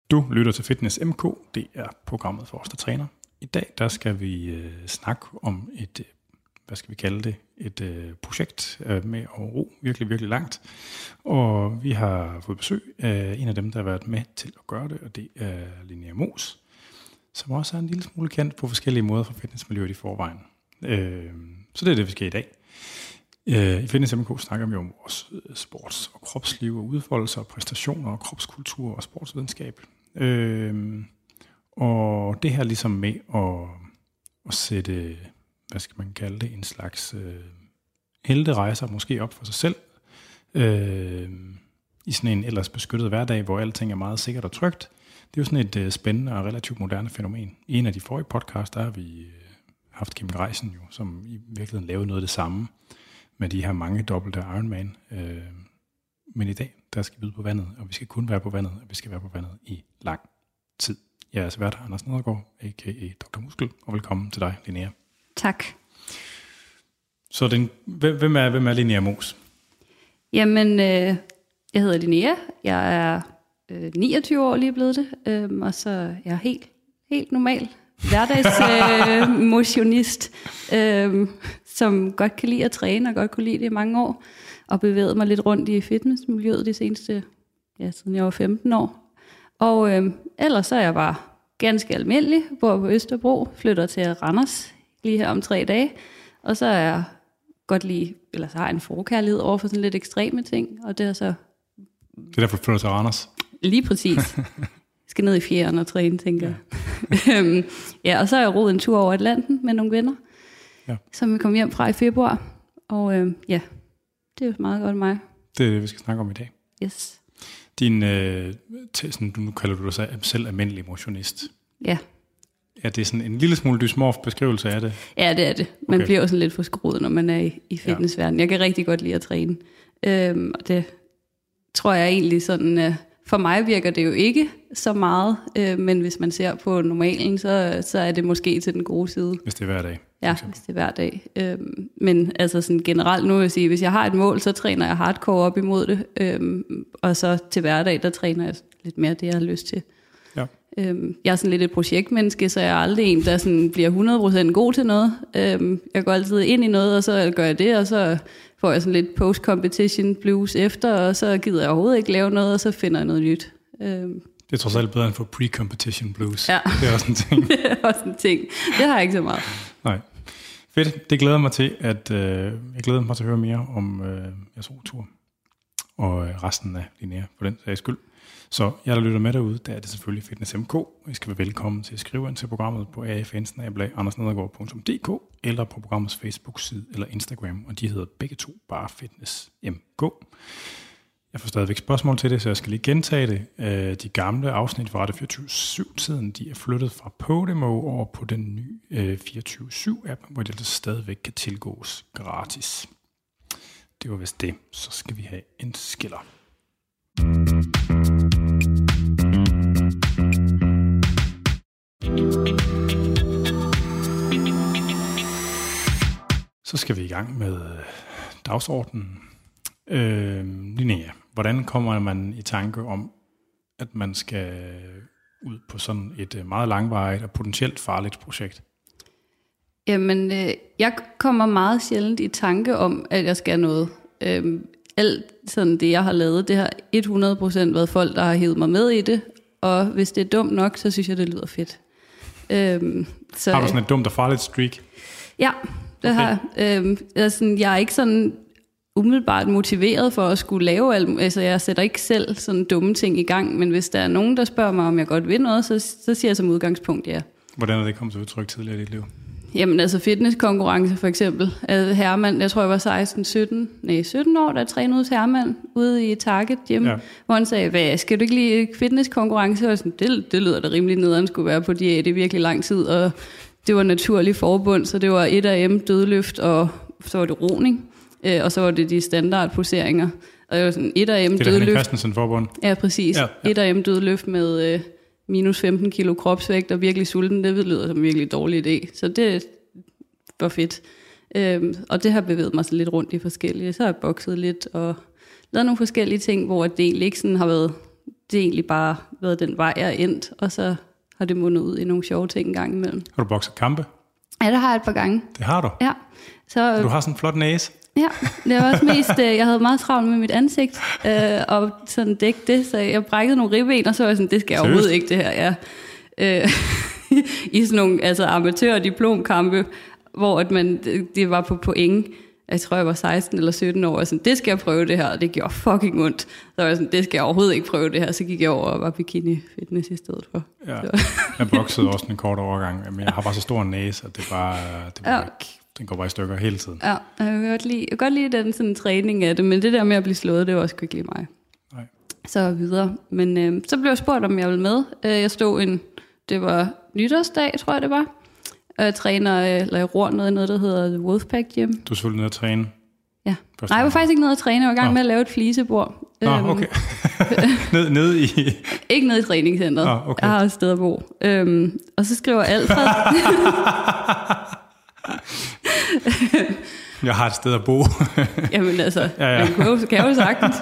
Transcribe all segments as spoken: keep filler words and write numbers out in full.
Du lytter til Fitness M K, det er programmet for os, der træner. I dag der skal vi øh, snakke om et, øh, hvad skal vi kalde det, et øh, projekt øh, med at ro virkelig, virkelig langt. Og vi har fået besøg af en af dem, der har været med til at gøre det, og det er Linnea Moos, som også er en lille smule kendt på forskellige måder fra fitnessmiljøet i forvejen. Øh, så det er det, vi skal i dag. I Fitness M K snakker vi om vores sports- og kropsliv og udfoldelser og præstationer og kropskultur og sportsvidenskab. Øhm, og det her ligesom med at, at sætte, hvad skal man kalde det, en slags øh, helterejser måske op for sig selv øh, i sådan en ellers beskyttet hverdag, hvor alting er meget sikkert og trygt. Det er jo sådan et øh, spændende og relativt moderne fænomen. I en af de forrige podcasts, der har vi øh, haft Kim Greisen jo, som i virkeligheden lavede noget af det samme med de her mange dobbelte Ironman. Øh, men i dag, der skal vi ud på vandet, og vi skal kun være på vandet, og vi skal være på vandet i lang tid. Jeg er altså vært Anders Nedergaard, a k a. doktor Muskel, og velkommen til dig, Linnea. Tak. Så den, hvem, er, hvem er Linnea Moos? Jamen, øh, jeg hedder Linnea. Jeg er øh, niogtyve år lige blevet det, øh, og så er jeg helt, helt normal hverdagsmotionist, øh, øh, som godt kan lide at træne og godt kunne lide det i mange år, og bevæget mig lidt rundt i fitnessmiljøet de seneste, ja, siden jeg var femten år. Og øh, ellers så er jeg bare ganske almindelig, bor på Østerbro, flytter til Randers lige her om tre dage, og så er jeg godt lige, eller så har jeg en forkærlighed over for sådan lidt ekstreme ting, og det er så... Det er derfor, du flytter til Randers? Lige præcis. Skal ned i fjeren og træne, tænker jeg. Ja, og så har jeg roet en tur over Atlanten med nogle venner, ja, som vi kom hjem fra i februar. Og øh, ja, det er jo meget godt mig. Det er det, vi skal snakke om i dag. Yes. Din, øh, til, sådan, du, nu kalder du dig selv almindelig motionist. Ja. Ja, det er sådan en lille smule dysmorf beskrivelse af det. Ja, det er det. Man okay. bliver jo sådan lidt forskruet, når man er i, i fitnessverdenen. Ja. Jeg kan rigtig godt lide at træne. Øhm, og det tror jeg egentlig sådan... Øh, For mig virker det jo ikke så meget, øh, men hvis man ser på normalen, så, så er det måske til den gode side. Hvis det er hver dag. Ja, hvis det er hver dag. Øh, men altså sådan generelt nu vil jeg sige, hvis jeg har et mål, så træner jeg hardcore op imod det. Øh, og så til hverdag, der træner jeg lidt mere det, jeg har lyst til. Ja. Øh, jeg er sådan lidt et projektmenneske, så jeg er aldrig en, der sådan bliver hundrede procent god til noget. Øh, jeg går altid ind i noget, og så gør jeg det, og så... får jeg sådan lidt post-competition blues efter, og så gider jeg overhovedet ikke lave noget, og så finder jeg noget nyt. Øhm. Det er trods alt bedre end for pre-competition blues. Ja. Det er også en ting. Det er også en ting. Det har jeg ikke så meget. Nej. Fedt. Det glæder mig til, at øh, jeg glæder mig til at høre mere om øh, jeres rotur og øh, resten af Linnea for den sags skyld. Så jeg, der lytter med derude, der er det selvfølgelig Fitness M K. I skal være velkommen til at skrive ind til programmet på a f n bindestreg anders nedergaard punktum d k eller på programmets Facebook-side eller Instagram, og de hedder begge to bare Fitness M K. Jeg får stadigvæk spørgsmål til det, så jeg skal lige gentage det. De gamle afsnit fra Radio fireogtyve syv-tiden, de er flyttet fra Podimo over på den nye fireogtyve syv-app, hvor de altså stadigvæk kan tilgås gratis. Det var vist det. Så skal vi have en skiller. Så skal vi i gang med dagsordenen. Øh, Linnea, hvordan kommer man i tanke om, at man skal ud på sådan et meget langvarigt og potentielt farligt projekt? Jamen, øh, jeg kommer meget sjældent i tanke om, at jeg skal noget. Øh, alt sådan det, jeg har lavet, det har hundrede procent været folk, der har hævet mig med i det. Og hvis det er dumt nok, så synes jeg, det lyder fedt. Øh, så, har du sådan et dumt og farligt streak? Ja, det okay. har jeg. Øh, jeg, sådan, jeg er ikke sådan umiddelbart motiveret for at skulle lave alt. Altså, jeg sætter ikke selv sådan dumme ting i gang, men hvis der er nogen, der spørger mig, om jeg godt vil noget, så, så siger jeg som udgangspunkt ja. Hvordan er det kommet til udtryk tidligere i dit liv? Jamen altså fitnesskonkurrence for eksempel. Altså, Herman, jeg tror jeg var seksten sytten, nej sytten år, da jeg trænede hos Herman ude i Target Gym, ja. Hvor han sagde, hvad, skal du ikke lide fitnesskonkurrence? Og sådan, det, det lyder da rimelig nederen, skulle være på diæt i virkelig lang tid, og det var naturlig forbund, så det var et A M dødløft, og så var det roning, og så var det de standardposeringer. Og det var sådan et A M dødløft. Det er Henning Christensen forbund. Ja, præcis. Ja, ja. Et A M dødløft med... Øh, minus femten kilo kropsvægt og virkelig sulten, det lyder som en virkelig dårlig idé. Så det var fedt. Øhm, og det har bevæget mig så lidt rundt i forskellige. Så har jeg bokset lidt og lavet nogle forskellige ting, hvor det egentlig ikke sådan har været det er egentlig bare været den vej, jeg er endt, og så har det mundet ud i nogle sjove ting en gang imellem. Har du bokset kampe? Ja, det har jeg et par gange. Det har du? Ja. Så, du har sådan en flot næse. Ja, det var også mest, øh, jeg havde meget travlt med mit ansigt, øh, og sådan dække det, så jeg brækkede nogle ribben, og så var jeg sådan, det skal jeg overhovedet ikke, det her, ja. Øh, I sådan nogle altså, amatør-diplomkampe, hvor at man, det var på point. Jeg tror, jeg var seksten eller sytten år, og sådan, det skal jeg prøve det her, og det gjorde fucking ondt. Så var jeg sådan, det skal jeg overhovedet ikke prøve det her, så gik jeg over og var bikini-fitness i stedet for. Ja, jeg boksede også en kort overgang, men jeg har bare så stor en næse, at det bare, det bare ja. Den går bare i stykker hele tiden. Ja, jeg kan godt lide, jeg kan godt lide den sådan træning af det, men det der med at blive slået, det var også ikke lige mig. Nej. Så videre. Men øh, så blev jeg spurgt, om jeg ville med. Jeg stod en, det var nytårsdag, tror jeg det var. Og jeg træner, eller jeg ror noget, noget, der hedder The Wolfpack Gym. Du er selvfølgelig nede at træne? Ja. Nej, jeg var faktisk ikke nede at træne. Jeg var i gang Nå. med at lave et flisebord. Nå, okay. ned, ned i... Ikke nede i træningscenteret. Nå, okay. Jeg har et sted at bo. Øhm, og så skriver Alfred... jeg har et sted at bo. Jamen altså, ja, ja. Man kan jo, kan jo sagtens.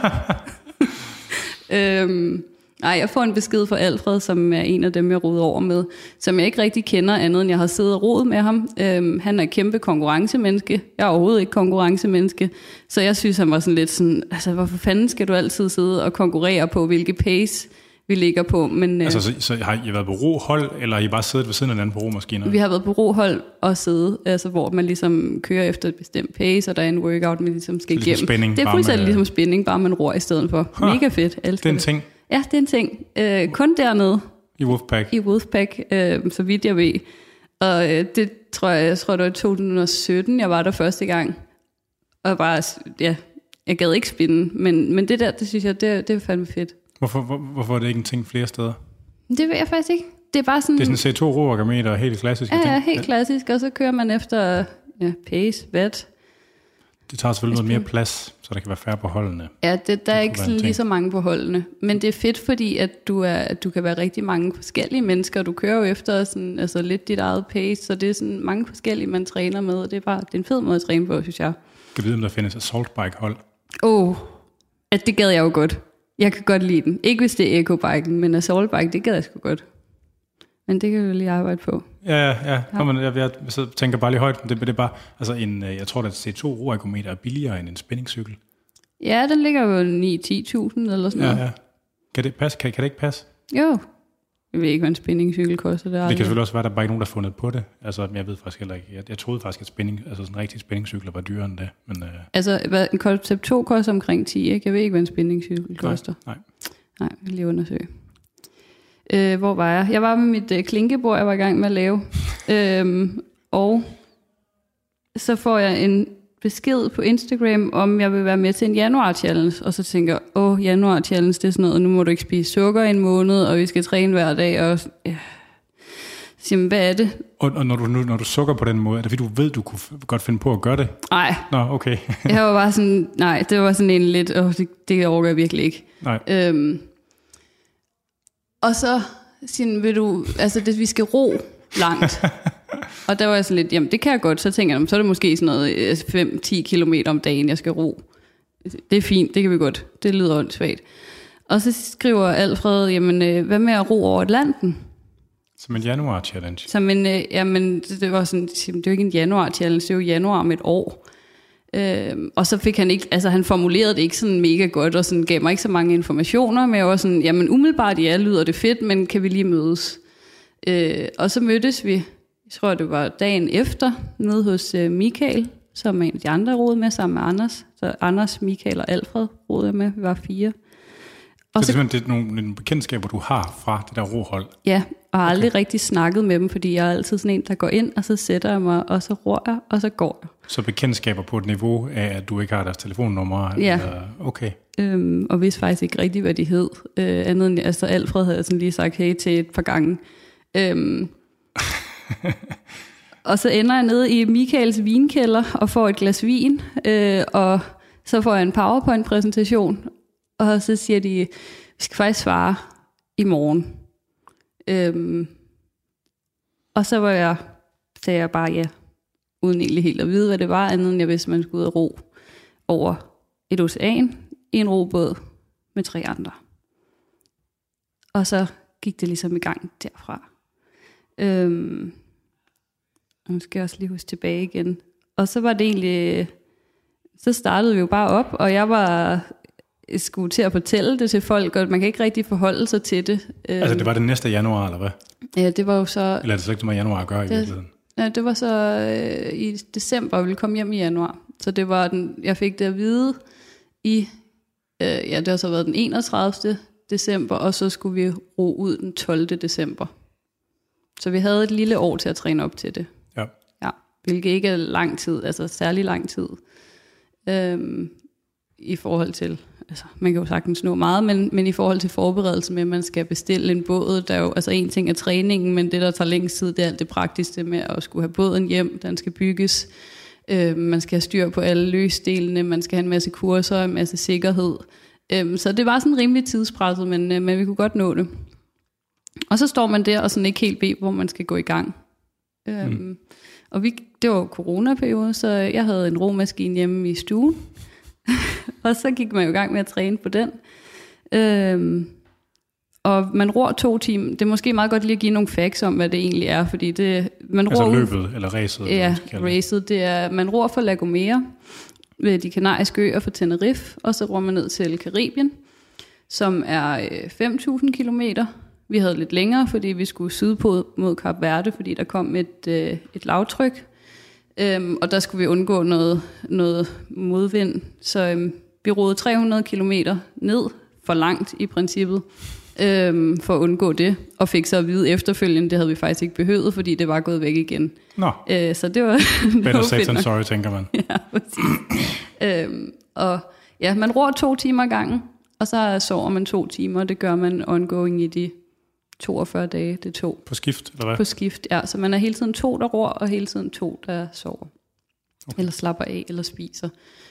øhm, nej, jeg får en besked fra Alfred, som er en af dem, jeg roder over med, som jeg ikke rigtig kender andet, end jeg har siddet og rodet med ham. Øhm, han er et kæmpe konkurrencemenneske. Jeg er overhovedet ikke konkurrencemenneske. Så jeg synes, han var sådan lidt sådan, altså hvorfor fanden skal du altid sidde og konkurrere på, hvilke pace vi ligger på. Men, altså, så, så har I været på rohold, eller har I bare siddet ved siden af hinanden på romaskiner? Vi har været på rohold og sidde, altså, hvor man ligesom kører efter et bestemt pace, og der er en workout, man ligesom skal ligesom igennem. Spinning, det er fuldstændig med... ligesom spinning, bare man ror i stedet for. Huh. Mega fedt. Det er en ting? Ja, det er en ting. Øh, kun dernede. I Wolfpack? I Wolfpack, øh, så vidt jeg ved. Og øh, det tror jeg, jeg tror det var i to tusind og sytten, jeg var der første gang. Og bare, ja, jeg gad ikke spinde, men, men det der, det synes jeg, det, det er fandme fedt. Hvorfor, hvor, hvorfor er det ikke en ting flere steder? Det ved jeg faktisk ikke. Det er bare sådan... Det er sådan C to roergometer, helt klassisk. Ja, ja, helt ja. klassisk, og så kører man efter ja, pace, watt. Det tager selvfølgelig noget mere plads, så der kan være færre på holdene. Ja, det, der er ikke sådan lige så mange på holdene. Men det er fedt, fordi at du, er, at du kan være rigtig mange forskellige mennesker. Du kører jo efter sådan, altså lidt dit eget pace, så det er sådan mange forskellige, man træner med. Og det er bare det er en fed måde at træne på, synes jeg. Kan du vide, om der findes assault bike hold? Åh, oh, at det gad jeg jo godt. Jeg kan godt lide den. Ikke hvis det er eco-biken, men assault bike, det gad jeg sgu godt. Men det kan vi lige arbejde på. Ja, ja, ja. Kom, jeg, jeg, jeg tænker bare lige højt, men det, det er bare, altså en, jeg tror, at C to roergometer er billigere end en spændingscykel. Ja, den ligger jo ni til ti tusind eller sådan noget. Ja, ja. Kan det passe? Kan, kan det ikke passe? Jo. Jeg ved ikke, hvad en spændingscykel koster. Det, det kan selvfølgelig også være, at der bare ikke nogen, der har fundet på det. Altså, jeg ved faktisk heller ikke. Jeg, jeg troede faktisk, at spænding, altså sådan en rigtig spændingscykler var dyrere end det. Men, øh... Altså, hvad, en Concept to koster omkring ti, ikke? Jeg ved ikke, hvad en spændingscykel koster. Nej. Nej, jeg vil lige undersøge. Øh, hvor var jeg? Jeg var med mit øh, klinkebord, jeg var i gang med at lave. øhm, og så får jeg en besked på Instagram, om jeg vil være med til en januar-challenge. Og så tænker jeg, åh, januar-challenge, det er sådan noget, nu må du ikke spise sukker i en måned, og vi skal træne hver dag. Og ja. Så siger, hvad er det? Og, og når, du, når du sukker på den måde, er det fordi, du ved, du kunne godt finde på at gøre det? Nej. Nå, okay. jeg var bare sådan, nej, det var sådan en lidt, åh, det, det overgår jeg virkelig ikke. Nej. Øhm, og så siger vil du, altså det, vi skal ro langt. Og der var jeg sådan lidt, jamen det kan jeg godt. Så tænker jeg, så er det måske sådan noget fem til ti kilometer om dagen, jeg skal ro. Det er fint, det kan vi godt. Det lyder åndssvagt. Og så skriver Alfred, jamen hvad med at ro over Atlanten? Som en januar-challenge? Som en, jamen det var sådan, det er jo ikke en januar-challenge, det er jo januar om et år. Øhm, og så fik han ikke, altså han formulerede det ikke sådan mega godt, og sådan gav mig ikke så mange informationer, men jeg var sådan, jamen umiddelbart ja, lyder det fedt, men kan vi lige mødes? Øh, og så mødtes vi, jeg tror det var dagen efter, nede hos øh, Michael, som er en af de andre, rodede med, sammen med Anders. Så Anders, Michael og Alfred rodede med, vi var fire. Og så det er simpelthen det er nogle, nogle bekendtskaber, du har fra det der rohold? Ja, og har aldrig okay. rigtig snakket med dem, fordi jeg er altid sådan en, der går ind, og så sætter jeg mig, og så ror jeg, og så går jeg. Så bekendtskaber på et niveau af, at du ikke har deres telefonnummer? Ja. Eller, okay. Øhm, og vidste faktisk ikke rigtig, hvad de hed. Øh, andet end, altså Alfred havde sådan lige sagt hey til et par gange. Øhm, og så ender jeg nede i Michaels vinkælder, og får et glas vin, øh, og så får jeg en PowerPoint-præsentation, og så siger de, vi skal faktisk svare i morgen. Øhm, og så var jeg, sagde jeg bare ja, uden egentlig helt at vide, hvad det var, andet end jeg vidste, man skulle ud og ro over et ocean i en robåd med tre andre. Og så gik det ligesom i gang derfra. Øhm, nu skal jeg også lige huske tilbage igen. Og så var det egentlig, så startede vi jo bare op, og jeg var skulle til at fortælle det til folk, og man kan ikke rigtig forholde sig til det. Altså det var det næste januar, eller hvad? Ja, det var jo så... Eller er det så ikke med januar at gøre i det, virkeligheden? Ja, det var så øh, i december, og ville komme hjem i januar. Så det var den, jeg fik det at vide i, øh, ja, det har så været den enogtredivte december, og så skulle vi ro ud den tolvte december. Så vi havde et lille år til at træne op til det. Ja. Ja, hvilket ikke er lang tid, altså særlig lang tid. Øhm, I forhold til, altså man kan jo sagtens nå meget, men, men i forhold til forberedelse med, at man skal bestille en båd, der er jo, altså en ting er træningen, men det der tager længst tid, det er alt det praktiske med at skulle have båden hjem, den skal bygges, øhm, man skal have styr på alle løsdelene, man skal have en masse kurser, en masse sikkerhed. Øhm, så det var sådan rimelig tidspresset, men, øh, men vi kunne godt nå det. Og så står man der og sådan ikke helt ved, hvor man skal gå i gang. Øhm, mm. Og vi, det var coronaperiode, så jeg havde en romaskine hjemme i stuen. Og så gik man jo i gang med at træne på den. Øhm, og man ror to timer. Det er måske meget godt lige at give nogle facts om, hvad det egentlig er. Fordi det, man altså ror løbet ud, eller racet? Ja, racet. Det er, man ror fra La Gomera ved de kanariske øer for Tenerife, og så ror man ned til Karibien, som er øh, fem tusind kilometer. Vi havde lidt længere, fordi vi skulle sydpå mod Kap Verde, fordi der kom et, øh, et lavtryk. Øhm, og der skulle vi undgå noget, noget modvind. Så øhm, vi roede tre hundrede kilometer ned, for langt i princippet, øhm, for at undgå det. Og fik så at vide efterfølgende, det havde vi faktisk ikke behøvet, fordi det var gået væk igen. Nå, øh, så det var... better safe than sorry, tænker man. Ja, præcis. øhm, og ja, man ror to timer gangen, og så sover man to timer. Det gør man ongoing i de toogfyrre dage, det tog. På skift, eller hvad? På skift, ja. Så man er hele tiden to, der ror, og hele tiden to, der sover. Okay. Eller slapper af, eller spiser.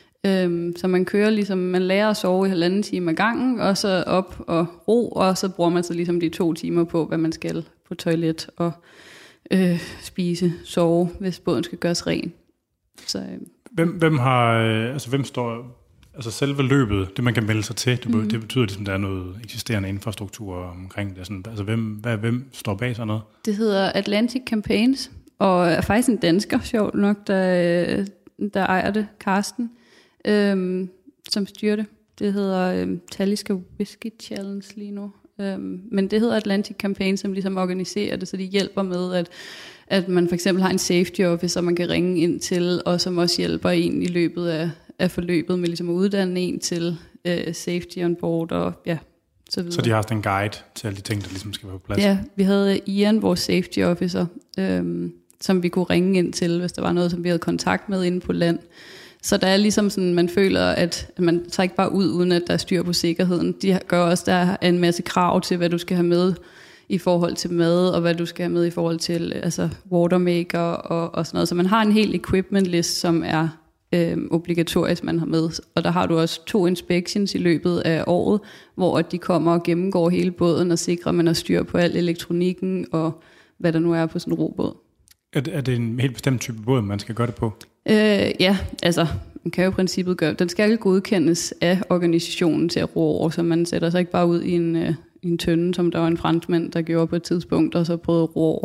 Øhm, så man kører ligesom, man lærer at sove i halvanden time ad gangen, og så op og ro, og så bruger man så ligesom de to timer på, hvad man skal på toilet, og øh, spise, sove, hvis båden skal gøres ren. Så, øh. hvem, hvem har, altså hvem står... Altså selve løbet, det man kan melde sig til, det, mm-hmm. det betyder ligesom, der er noget eksisterende infrastruktur omkring det. Sådan, altså hvem, hvad, hvem står bag sådan noget? Det hedder Atlantic Campaigns, og er faktisk en dansker, sjovt nok, der, der ejer det, Karsten, øhm, som styrer det. Det hedder øhm, Talisker Whisky Challenge lige nu. Øhm, men det hedder Atlantic Campaigns, som ligesom organiserer det, så de hjælper med, at, at man for eksempel har en safety office, som man kan ringe ind til, og som også hjælper en i løbet af af forløbet med ligesom at uddanne en til øh, safety on board og ja, så videre. Så de har sådan en guide til alle de ting, der ligesom skal være på plads? Ja, vi havde Ian, vores safety officer, øhm, som vi kunne ringe ind til, hvis der var noget, som vi havde kontakt med inde på land. Så der er ligesom sådan, man føler, at man tager ikke bare ud, uden at der er styr på sikkerheden. De gør også, der er en masse krav til, hvad du skal have med i forhold til mad, og hvad du skal have med i forhold til altså watermaker og, og sådan noget. Så man har en hel equipment list, som er Øhm, obligatorisk, man har med. Og der har du også to inspections i løbet af året, hvor de kommer og gennemgår hele båden og sikrer, at man har styr på al elektronikken og hvad der nu er på sådan en robåd. Er det, er det en helt bestemt type båd, man skal gøre det på? Øh, ja, altså man kan jo i princippet gøre, den skal godkendes af organisationen til at ro over, så man sætter sig ikke bare ud i en, øh, en tønde, som der var en franskmand, der gjorde på et tidspunkt, og så prøvede at ro over.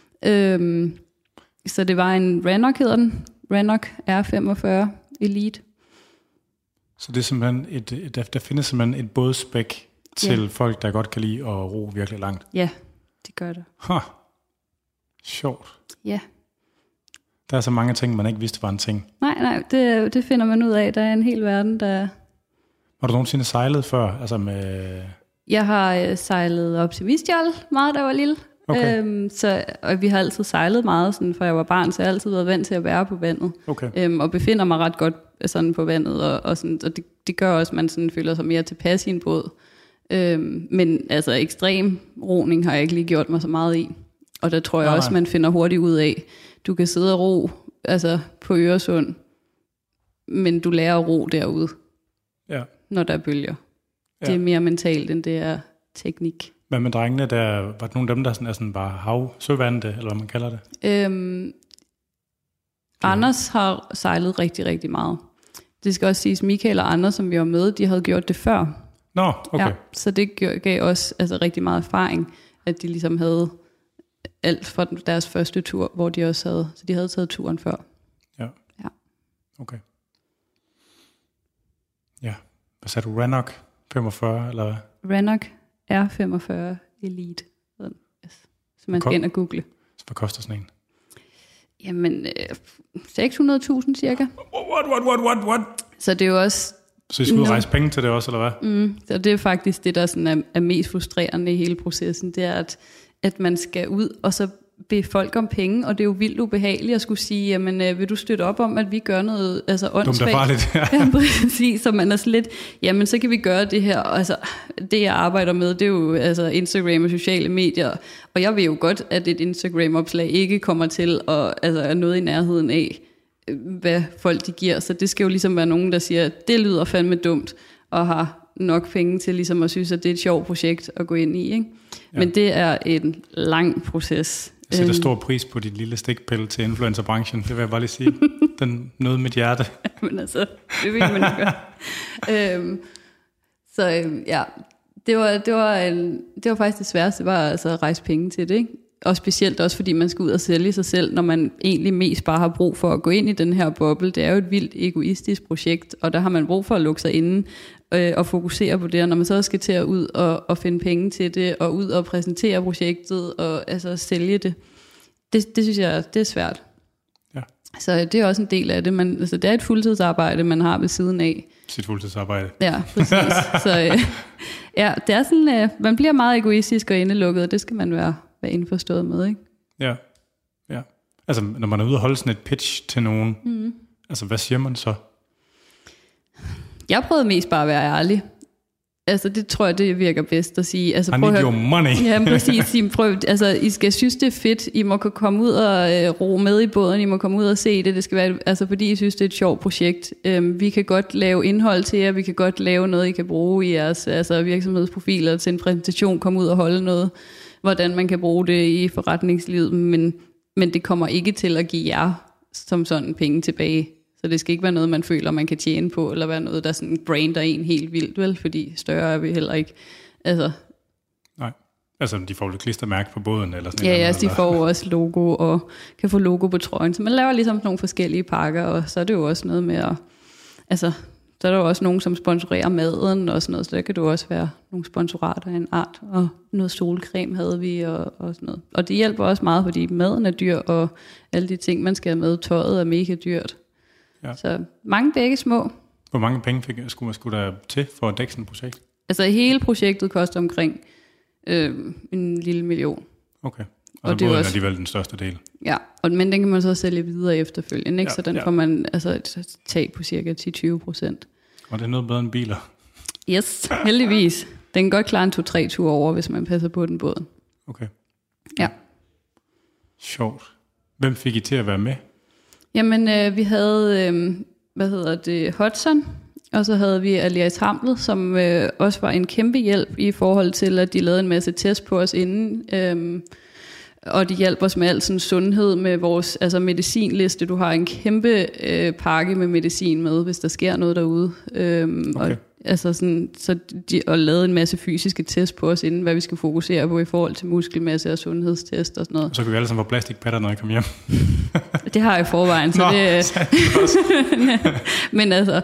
Øh, så det var en Rannoch, hedder den, Rannoch R femogfyrre Elite. Så det er simpelthen et, et, der, der findes simpelthen et bådspæk til ja. folk, der godt kan lide at ro virkelig langt? Ja, det gør det. Ha, sjovt. Ja. Der er så mange ting, man ikke vidste var en ting. Nej, nej, det, det finder man ud af. Der er en hel verden, der... Har du nogensinde sejlet før? Altså med... Jeg har øh, sejlet op til Vistjol meget, da jeg var lille. Okay. Øhm, så, og vi har altid sejlet meget, sådan, for jeg var barn, så jeg har altid været vant til at være på vandet. Okay. Øhm, og befinder mig ret godt sådan, på vandet, og, og, sådan, og det, det gør også, at man sådan, føler sig mere tilpas i en båd. Øhm, men altså ekstrem roning har jeg ikke lige gjort mig så meget i. Og der tror jeg nej, også, man finder hurtigt ud af, du kan sidde og ro altså, på Øresund, men du lærer at ro derude, ja. når der er bølger. Ja. Det er mere mentalt, end det er teknik. Hvad med drengene, der, var det nogle af dem, der sådan er sådan bare hav, søvandte, eller hvad man kalder det? Øhm, Anders har sejlet rigtig, rigtig meget. Det skal også siges, Michael og Anders, som vi var med, de havde gjort det før. Nå, okay. Ja, så det gav også altså, rigtig meget erfaring, at de ligesom havde alt fra deres første tur, hvor de også havde, så de havde taget turen før. Ja. Ja. Okay. Ja. Hvad sagde du? Rannoch femogfyrre, eller hvad? Rannoch R femogfyrre Elite. Yes. Så man skal ind og google. Så hvad koster sådan en? Jamen, øh, seks hundrede tusind cirka. What, what, what, what, what? Så det er jo også... Så I skal ud og rejse penge til det også, eller hvad? Mm, så det er faktisk det, der sådan er, er mest frustrerende i hele processen. Det er, at, at man skal ud og så bede folk om penge, og det er jo vildt ubehageligt at skulle sige, jamen øh, vil du støtte op om, at vi gør noget altså åndssvagt? Dumt er farligt. Ja, præcis. Så man er så lidt, jamen så kan vi gøre det her. Altså, det jeg arbejder med, det er jo altså, Instagram og sociale medier, og jeg ved jo godt, at et Instagram-opslag ikke kommer til at altså, er noget i nærheden af, hvad folk de giver. Så det skal jo ligesom være nogen, der siger, det lyder fandme dumt, og har nok penge til ligesom at synes, at det er et sjovt projekt at gå ind i. Ikke? Ja. Men det er en lang proces. Jeg sætter stor pris på dit lille stikpille til influencerbranchen, det vil jeg bare lige sige. Den nåede mit hjerte. Men altså, det vil man ikke gøre. øhm, så øhm, ja, det var, det, var en, det var faktisk det sværeste, var altså at rejse penge til det, ikke? Og specielt også, fordi man skal ud og sælge sig selv, når man egentlig mest bare har brug for at gå ind i den her boble. Det er jo et vildt egoistisk projekt, og der har man brug for at lukke sig inde øh, og fokusere på det. Og når man så skal til at ud og, og finde penge til det, og ud og præsentere projektet, og altså sælge det, det, det synes jeg, det er svært. Ja. Så det er også en del af det. Man, altså, det er et fuldtidsarbejde, man har ved siden af. Sit fuldtidsarbejde. Ja, præcis. Så øh, ja, det er sådan, øh, man bliver meget egoistisk og indelukket, og det skal man være være indforstået med, ikke? Ja, ja. Altså, når man er ude og holde sådan et pitch til nogen, mm. altså, hvad siger man så? Jeg prøvede mest bare at være ærlig. Altså, det tror jeg, det virker bedst at sige. Altså, I need your money. Ja, præcis. I, prøv, altså, I skal synes, det er fedt. I må komme ud og øh, ro med i båden. I må komme ud og se det. Det skal være, altså, fordi I synes, det er et sjovt projekt. Øhm, vi kan godt lave indhold til jer. Vi kan godt lave noget, I kan bruge i jeres altså, virksomhedsprofiler til en præsentation. Komme ud og holde noget, hvordan man kan bruge det i forretningslivet, men, men det kommer ikke til at give jer som sådan penge tilbage. Så det skal ikke være noget, man føler, man kan tjene på, eller være noget, der sådan brander en helt vildt, vel? Fordi større er vi heller ikke. Altså, nej, altså de får lidt klistermærke på båden, eller sådan ja, noget. Ja, altså, de får også logo, og kan få logo på trøjen. Så man laver ligesom nogle forskellige pakker, og så er det jo også noget med at, altså, så er der jo også nogen, som sponsorerer maden og sådan noget, så der kan det også være nogle sponsorater af en art, og noget solcreme havde vi, og, og sådan noget. Og det hjælper også meget, fordi maden er dyr, og alle de ting, man skal have med, tøjet er mega dyrt. Ja. Så mange begge små. Hvor mange penge fik, skulle man skulle der til for at dække sådan et projekt? Altså hele projektet koster omkring øh, en lille million. Okay, og, og så båden er alligevel den største del. Ja, og, men den kan man så sælge videre efterfølgende, ikke? Ja, så den ja. får man altså et tag på cirka ti til tyve procent. Og det er noget bedre end biler? Yes, heldigvis. Den kan godt klare en to-tre ture over, hvis man passer på den båden. Okay. Ja. Sjovt. Hvem fik I til at være med? Jamen, øh, vi havde, øh, hvad hedder det, Hudson, og så havde vi Alias Hamlet, som øh, også var en kæmpe hjælp i forhold til, at de lavede en masse test på os inden, øh, og de hjalp os med al sådan sundhed med vores altså medicinliste. Du har en kæmpe øh, pakke med medicin med, hvis der sker noget derude. Øhm, okay. Og, altså sådan, så de og lavede en masse fysiske test på os inden, hvad vi skal fokusere på i forhold til muskelmasse og sundhedstest og sådan noget. Så kan vi alle sammen få plastikpatter, når I kommer hjem. Det har jeg i forvejen, så Nå, det men altså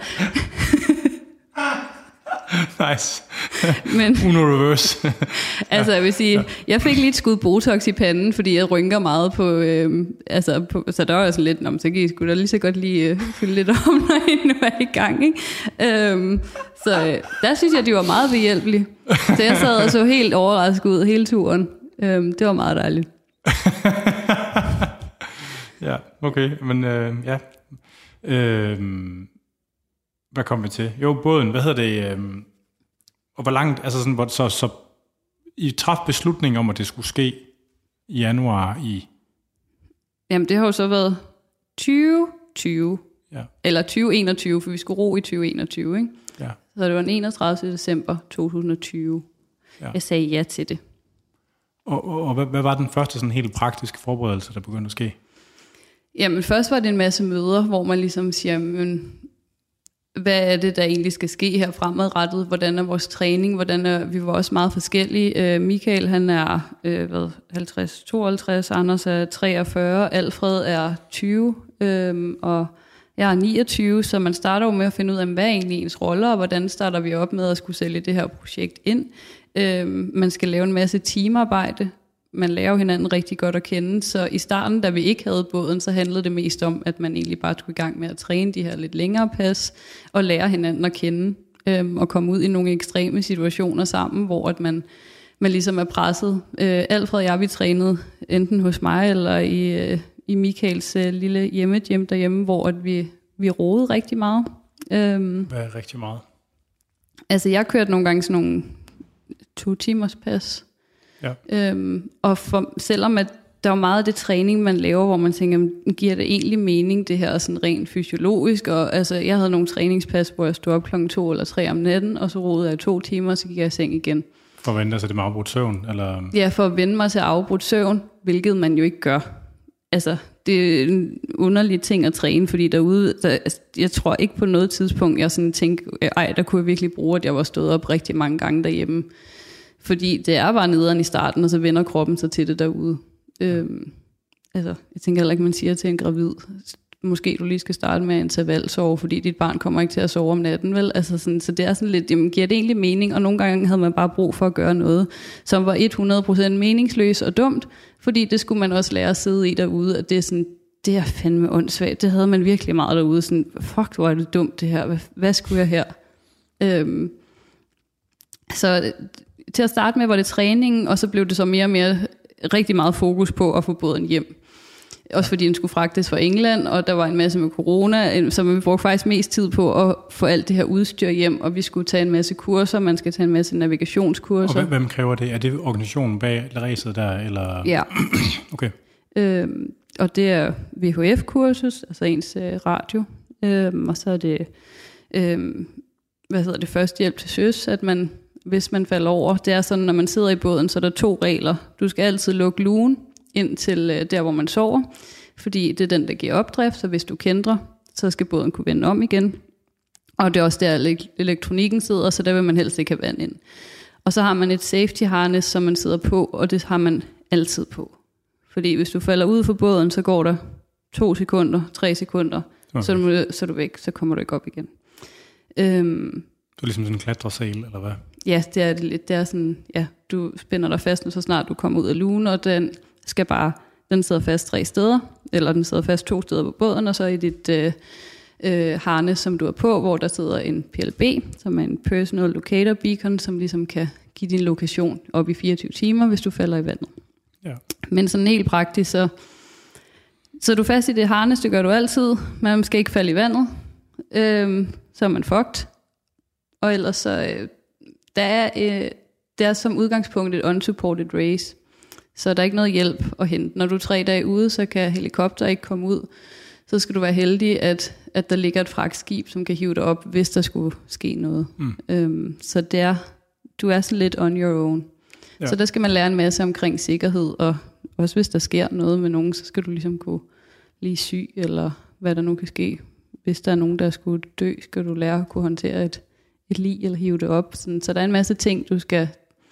nice. Men, Uno reverse. altså jeg vil sige, jeg fik lige et skud Botox i panden, fordi jeg rynker meget på, øh, altså på, så der var jeg sådan lidt, så kan I sgu da lige så godt lige øh, fylde lidt om, når I nu er i gang, ikke? Øhm, så øh, der synes jeg, de var meget behjælpelige. Så jeg sad og så helt overrasket ud hele turen. Øhm, det var meget dejligt. Ja, okay, men øh, ja. Øh, hvad kom vi til? Jo, båden, hvad hedder det? Øh, og hvor langt, altså sådan, hvor, så, så I traf beslutningen om, at det skulle ske i januar i... Jamen, det har jo så været tyve tyve, ja. Eller tyve enogtyve, for vi skulle ro i tyve enogtyve, ikke? Ja. Så det var den enogtredivte december to tusind og tyve. Ja. Jeg sagde ja til det. Og, og, og hvad, hvad var den første sådan helt praktiske forberedelse, der begyndte at ske? Jamen, først var det en masse møder, hvor man ligesom siger, men hvad er det, der egentlig skal ske her fremadrettet? Hvordan er vores træning? Hvordan er, vi var også meget forskellige. Øh, Michael, han er øh, hvad, halvtreds tooghalvtreds, Anders er treogfyrre, Alfred er tyve, øh, og jeg er niogtyve, så man starter jo med at finde ud af, hvad er egentlig ens roller, og hvordan starter vi op med at skulle sælge det her projekt ind. Øh, man skal lave en masse teamarbejde. Man lærer jo hinanden rigtig godt at kende, så i starten, da vi ikke havde båden, så handlede det mest om, at man egentlig bare skulle i gang med at træne de her lidt længere pas, og lære hinanden at kende, øhm, og komme ud i nogle ekstreme situationer sammen, hvor at man, man ligesom er presset. Øh, Alfred og jeg, vi trænede enten hos mig, eller i, øh, i Michaels øh, lille hjemmegym derhjemme, hvor at vi, vi roede rigtig meget. Øhm, Hvad er rigtig meget? Altså, jeg kørte nogle gange sådan nogle to timers pas. Ja. Øhm, og for, selvom at der er meget af det træning, man laver, hvor man tænker, giver det egentlig mening, det her sådan rent fysiologisk, og altså, jeg havde nogle træningspas, hvor jeg stod op klokken to eller tre om natten, og så rodede jeg to timer, og så gik jeg i seng igen. For at vende sig det med afbrudt søvn? Eller? Ja, for at vende mig til afbrudt søvn, hvilket man jo ikke gør. Altså, det er en underlig ting at træne, fordi derude, der, jeg tror ikke på noget tidspunkt, jeg sådan tænkte, ej, der kunne jeg virkelig bruge, at jeg var stået op rigtig mange gange derhjemme. Fordi det er bare nederen i starten, og så vender kroppen sig til det derude. Øhm, altså, jeg tænker heller ikke, man siger til en gravid, måske du lige skal starte med intervalsove, fordi dit barn kommer ikke til at sove om natten, vel? Altså sådan, så det er sådan lidt, jamen, giver det egentlig mening? Og nogle gange havde man bare brug for at gøre noget, som var hundrede procent meningsløst og dumt, fordi det skulle man også lære at sidde i derude, at det er sådan, det er fandme åndssvagt. Det havde man virkelig meget derude, sådan, fuck, hvor er det dumt det her, hvad, hvad skulle jeg her? Øhm, så til at starte med var det træningen, og så blev det så mere og mere rigtig meget fokus på at få båden hjem. Også fordi den skulle fragtes fra England, og der var en masse med corona, så vi brugte faktisk mest tid på at få alt det her udstyr hjem, og vi skulle tage en masse kurser, man skal tage en masse navigationskurser. Og hvem kræver det? Er det organisationen bag ræset der? Eller? Ja. Okay. Øhm, og det er V H F-kursus, altså ens øh, radio, øhm, og så er det, øhm, hvad hedder det, førstehjælp til søs, at man, hvis man falder over, det er sådan, når man sidder i båden, så er der to regler. Du skal altid lukke lugen ind til øh, der, hvor man sover, fordi det er den, der giver opdrift, så hvis du kæntrer, så skal båden kunne vende om igen. Og det er også der, elektronikken sidder, så der vil man helst ikke have vand ind. Og så har man et safety harness, som man sidder på, og det har man altid på. Fordi hvis du falder ud fra båden, så går der to sekunder, tre sekunder, okay. så, er du, så er du væk, så kommer du ikke op igen. Øhm, det er ligesom sådan en klatresæl, eller hvad? Ja, det er det lidt. Det er sådan, ja, du spænder dig fast, så snart du kommer ud af lugen, og den skal bare, den sidder fast tre steder, eller den sidder fast to steder på båden, og så i dit øh, øh, harness, som du er på, hvor der sidder en P L B, som er en Personal Locator Beacon, som ligesom kan give din lokation op i fireogtyve timer, hvis du falder i vandet. Ja. Men sådan helt praktisk, så, så er du fast i det harness, det gør du altid, man skal ikke falde i vandet, øhm, så er man fucked, og ellers så, øh, der er, øh, der er som udgangspunkt et unsupported race, så der er ikke noget hjælp at hente. Når du er tre dage ude, så kan helikopter ikke komme ud, så skal du være heldig, at, at der ligger et fragtskib, som kan hive dig op, hvis der skulle ske noget. Mm. Øhm, så det er, du er sådan lidt on your own. Ja. Så der skal man lære en masse omkring sikkerhed, og også hvis der sker noget med nogen, så skal du ligesom kunne blive syg, eller hvad der nu kan ske. Hvis der er nogen, der skulle dø, skal du lære at kunne håndtere et, et lig, eller hive det op. Sådan, så der er en masse ting, du skal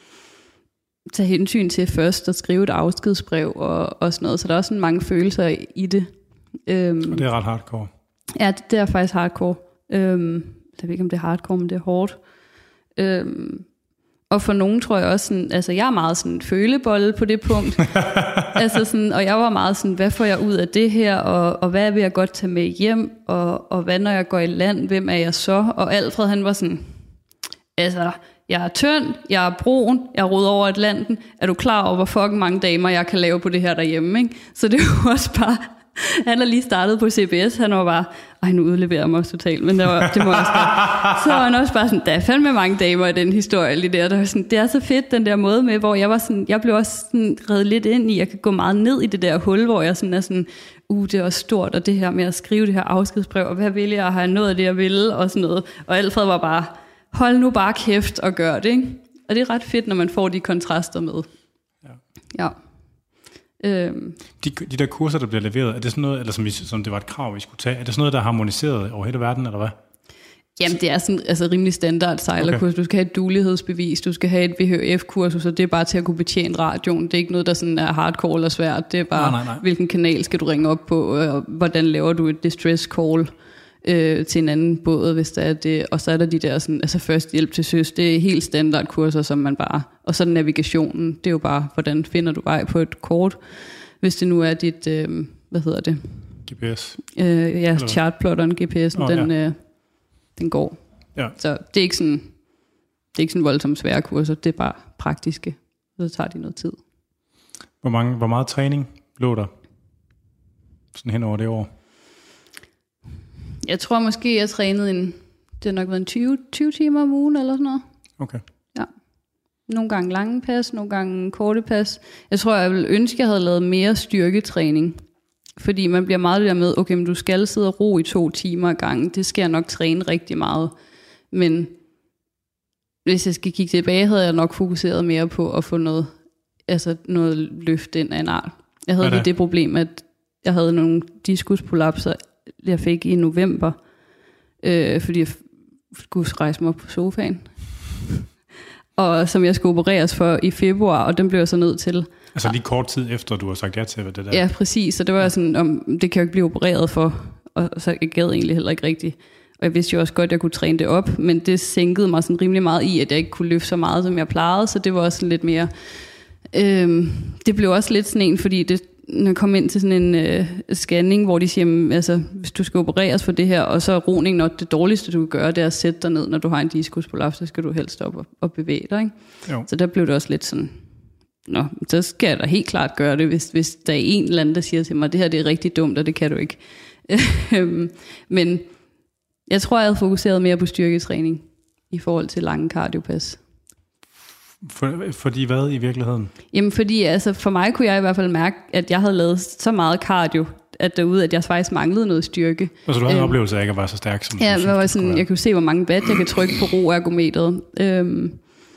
tage hensyn til først, og skrive et afskedsbrev, og, og sådan noget. Så der er også sådan mange følelser i det. Øhm, og det er ret hardcore. Ja, det, det er faktisk hardcore. Øhm, jeg ved ikke, om det er hardcore, men det er hårdt. Øhm, Og for nogen tror jeg også, sådan, altså jeg er meget sådan følebolle på det punkt. altså sådan, og jeg var meget sådan, hvad får jeg ud af det her, og, og hvad vil jeg godt tage med hjem, og, og hvad når jeg går i land, hvem er jeg så? Og Alfred han var sådan, altså jeg er tynd, jeg er brun, jeg er rodet over Atlanten, er du klar over, hvor fucking mange damer jeg kan lave på det her derhjemme, ikke? Så det var også bare, han har lige startet på C B S, han var bare, ej nu udleverer jeg mig også totalt, men det, var, det må også gøre. Så var han også bare sådan, der er fandme mange damer i den historie lige der, der var sådan, det er så fedt den der måde med, hvor jeg var sådan, jeg blev også sådan reddet lidt ind i, jeg kan gå meget ned i det der hul, hvor jeg sådan er sådan, uh det er også stort, og det her med at skrive det her afskedsbrev, og hvad vil jeg, og har jeg nået af det jeg ville, og sådan noget, og Alfred var bare, hold nu bare kæft og gør det, ikke? Og det er ret fedt, når man får de kontraster med. Ja. Ja. Øhm. De, de der kurser, der bliver leveret, er det sådan noget, eller som, vi, som det var et krav, vi skulle tage, er det sådan noget, der er harmoniseret over hele verden, eller hvad? Jamen, det er sådan altså rimelig standard sejlerkurs. Okay. Du skal have et duelighedsbevis, du skal have et V H F-kursus, og det er bare til at kunne betjene radioen. Det er ikke noget, der sådan er hardcore eller svært. Det er bare, nej, nej, nej. hvilken kanal skal du ringe op på, og hvordan laver du et distress call øh, til en anden båd, hvis der er det. Og så er der de der sådan, altså førstehjælp til søs. Det er helt standard kurser, som man bare... Og så navigationen, det er jo bare, hvordan finder du vej på et kort, hvis det nu er dit... Øh, hvad hedder det? G P S. Øh, ja, chartplotteren, G P S'en, oh, den... Ja. Øh, den går. Ja. Så det er ikke sådan, det er ikke sådan voldsomt svære kurser, det er bare praktiske, så tager de noget tid. Hvor, mange, hvor meget træning lå der sådan hen over det år? Jeg tror måske, jeg trænede en, det har nok været en tyve, tyve timer om ugen eller sådan noget. Okay. Ja. Nogle gange lange pas, nogle gange korte pas. Jeg tror, jeg ville ønske, jeg havde lavet mere styrketræning. Fordi man bliver meget der med, okay, men du skal sidde og ro i to timer ad gangen. Det skal jeg nok træne rigtig meget. Men hvis jeg skal kigge tilbage, havde jeg nok fokuseret mere på at få noget, altså noget løft ind af en art. Jeg havde det? det problem, at jeg havde nogle diskusprolapser, jeg fik i november, øh, fordi jeg skulle rejse mig op på sofaen. Og som jeg skulle opereres for i februar, og den blev jeg så nødt til. Altså lige kort tid efter, du har sagt ja til det der? Ja, præcis. Så det var sådan, om det kan jeg ikke blive opereret for, og så jeg gad egentlig heller ikke rigtigt. Og jeg vidste jo også godt, at jeg kunne træne det op, men det sænkede mig sådan rimelig meget i, at jeg ikke kunne løfte så meget, som jeg plejede, så det var også sådan lidt mere... Øh, det blev også lidt sådan en, fordi det, når jeg kom ind til sådan en øh, scanning, hvor de siger, altså, hvis du skal opereres for det her, og så er roning nok det dårligste, du kan gøre, det er at sætte dig ned, når du har en diskusprolaps, så skal du helst op og, og bevæge dig. Ikke? Så der blev det også lidt sådan... Nå, så skal jeg da helt klart gøre det, hvis, hvis der er en eller anden, der siger til mig, at det her det er rigtig dumt, og det kan du ikke. Men jeg tror, jeg havde fokuseret mere på styrketræning i forhold til lange cardiopas. For, fordi hvad i virkeligheden? Jamen fordi altså, for mig kunne jeg i hvert fald mærke, at jeg havde lavet så meget cardio, at derude, at jeg faktisk manglede noget styrke. Og så du havde en oplevelse af, at jeg ikke var så stærk, som ja, du synes, var sådan, jeg kunne se, hvor mange bat jeg kan trykke på roergometeret. Øhm,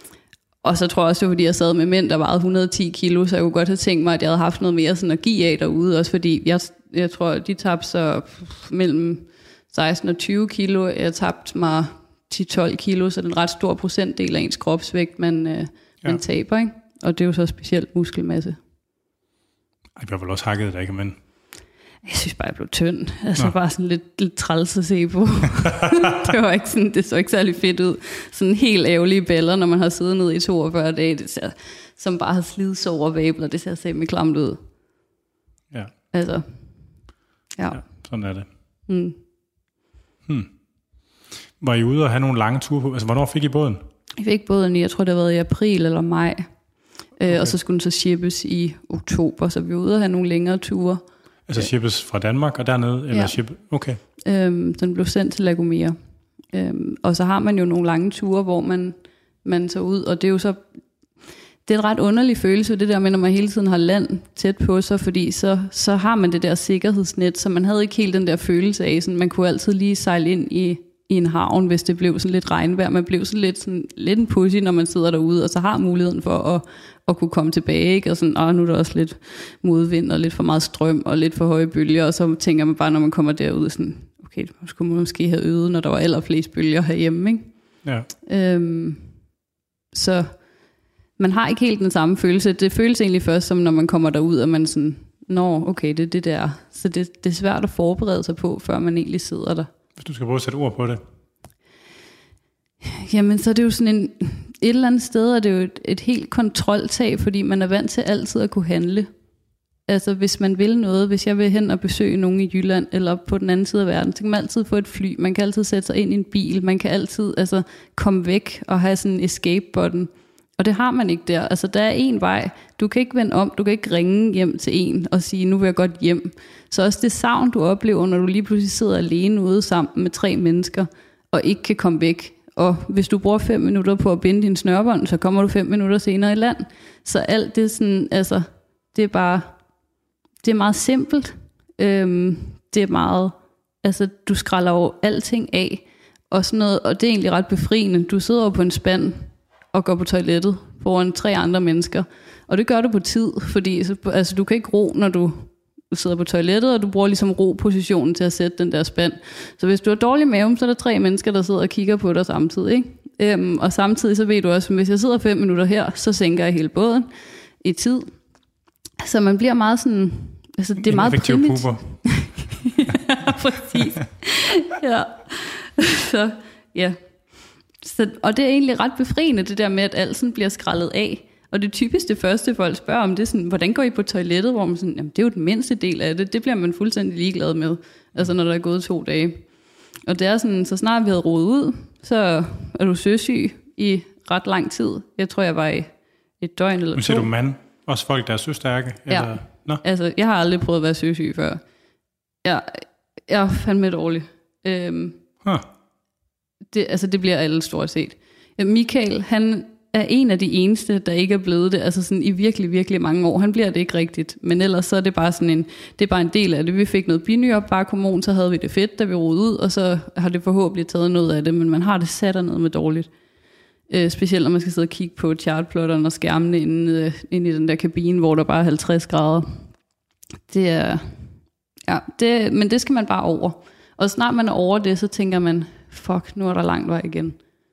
Og så tror jeg også, det var, fordi jeg sad med mænd, der vejede et hundrede og ti kilo, så jeg kunne godt have tænkt mig, at jeg havde haft noget mere sådan at give af derude. Også fordi, jeg, jeg tror, de tabte så mellem seksten og tyve kilo. Jeg tabte mig ti til tolv kilo, så det er en ret stor procentdel af ens kropsvægt, man, øh, ja. man taber. Ikke? Og det er jo så specielt muskelmasse. Jeg bliver vel også hakket der, ikke? Men... Jeg synes bare, jeg blev tynd. Altså Nå. bare sådan lidt, lidt træls at se på. det var ikke sådan, det så ikke særlig fedt ud. Sådan helt ærgerlige baller, når man har siddet ned i toogfyrre dage. Det ser, som bare har slidt så over vabler. Det ser simpelthen klamt ud. Ja. Altså, ja. ja sådan er det. Mm. Hmm. Var I ude og have nogle lange ture på? Altså, hvornår fik I båden? Jeg fik båden i, jeg tror det har været i april eller maj. Okay. Øh, og så skulle den så shippes i oktober. Så vi var ude og have nogle længere ture. Altså shippes fra Danmark og dernede? Eller ja. ship... Okay. Øhm, den blev sendt til La Gomera. Øhm, og så har man jo nogle lange ture, hvor man, man tager ud, og det er jo så... Det er en ret underlig følelse, det der med, når man hele tiden har land tæt på sig, fordi så, så har man det der sikkerhedsnet, så man havde ikke helt den der følelse af, sådan, man kunne altid lige sejle ind i, i en havn, hvis det blev sådan lidt regnvejr. Man blev sådan lidt, sådan, lidt en pussy, når man sidder derude, og så har muligheden for at, at kunne komme tilbage, ikke? Og sådan, åh, nu er der også lidt modvind, og lidt for meget strøm, og lidt for høje bølger, og så tænker man bare, når man kommer derud, sådan, okay, det skulle man måske have øvet, når der var allerflest bølger herhjemme, ikke? Ja. Øhm, så man har ikke helt den samme følelse. Det føles egentlig først, som når man kommer derud, og man sådan, nå, okay, det er det der. Så det, det er svært at forberede sig på, før man egentlig sidder der. Hvis du skal prøve at sætte ord på det. Jamen, så er det jo sådan en... Et eller andet sted er det jo et, et helt kontroltab, fordi man er vant til altid at kunne handle. Altså, hvis man vil noget, hvis jeg vil hen og besøge nogen i Jylland, eller på den anden side af verden, så kan man altid få et fly, man kan altid sætte sig ind i en bil, man kan altid altså, komme væk og have sådan en escape button. Og det har man ikke der. Altså, der er en vej. Du kan ikke vende om, du kan ikke ringe hjem til en og sige, nu vil jeg godt hjem. Så også det savn, du oplever, når du lige pludselig sidder alene ude sammen med tre mennesker, og ikke kan komme væk. Og hvis du bruger fem minutter på at binde din snørbånd, så kommer du fem minutter senere i land. Så alt det sådan, altså, det er bare, det er meget simpelt. Øhm, det er meget, altså, du skræller jo alting af, og sådan noget, og det er egentlig ret befriende. Du sidder jo på en spand og går på toilettet foran tre andre mennesker, og det gør du på tid, fordi altså, du kan ikke ro, når du du sidder på toilettet, og du bruger ligesom ro-positionen til at sætte den der spand. Så hvis du har dårlig mave, så er der tre mennesker, der sidder og kigger på dig samtidig, ikke? Øhm, og samtidig så ved du også, at hvis jeg sidder fem minutter her, så sænker jeg hele båden i tid. Så man bliver meget sådan... Altså, det er en meget primitivt. Ja, præcis. Ja. Så, ja. Så, og det er egentlig ret befriende, det der med, at alt sådan bliver skrællet af. Og det typisk det første, folk spørger om, det er sådan, hvordan går I på toilettet? Hvor man sådan, jamen det er jo den mindste del af det. Det bliver man fuldstændig ligeglad med, altså når der er gået to dage. Og det er sådan, så snart vi havde rodet ud, så er du søsyg i ret lang tid. Jeg tror, jeg var i et døgn eller to. Nu siger du mand, også folk, der er søstærke? Ja, eller? Nå? Altså jeg har aldrig prøvet at være søsyg før. Jeg, jeg er fandme dårlig. Øhm, huh. det, altså det bliver alle stort set. Michael, han er en af de eneste, der ikke er blevet det, altså sådan i virkelig, virkelig mange år. Han bliver det ikke rigtigt, men ellers så er det bare sådan en, det er bare en del af det. Vi fik noget binyopvarkhormon, så havde vi det fedt, da vi rodede ud, og så har det forhåbentlig taget noget af det, men man har det sat ned med dårligt. Øh, specielt når man skal sidde og kigge på chartplotteren og skærmene inde, øh, inde i den der kabine, hvor der bare er halvtreds grader. Det er, ja, det, men det skal man bare over. Og snart man er over det, så tænker man, fuck, nu er der langt vej igen.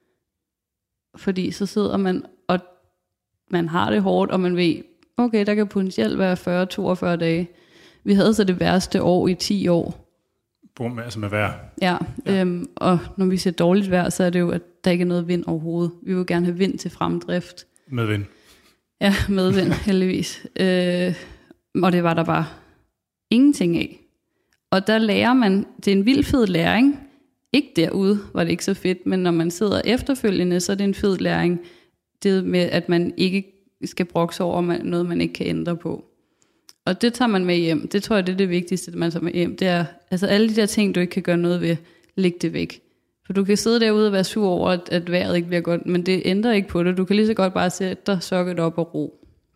Fordi så sidder man, og man har det hårdt, og man ved, okay, der kan potentielt være fyrre til toogfyrre dage. Vi havde så det værste år i ti år. Bum, altså med vejr. Ja, ja. Øhm, og når vi ser dårligt vejr, så er det jo, at der ikke er noget vind overhovedet. Vi vil gerne have vind til fremdrift. Med vind. Ja, med vind, heldigvis. Øh, og det var der bare ingenting af. Og der lærer man, det er en vild fed læring. Ikke derude var det ikke så fedt, men når man sidder efterfølgende, så er det en fed læring. Det med, at man ikke skal brokse over noget, man ikke kan ændre på. Og det tager man med hjem. Det tror jeg, det er det vigtigste, man tager med hjem. Det er, altså alle de der ting, du ikke kan gøre noget ved, læg det væk. For du kan sidde derude og være sur over, at, at vejret ikke bliver godt, men det ændrer ikke på det. Du kan lige så godt bare sætte dig, sokke op og ro.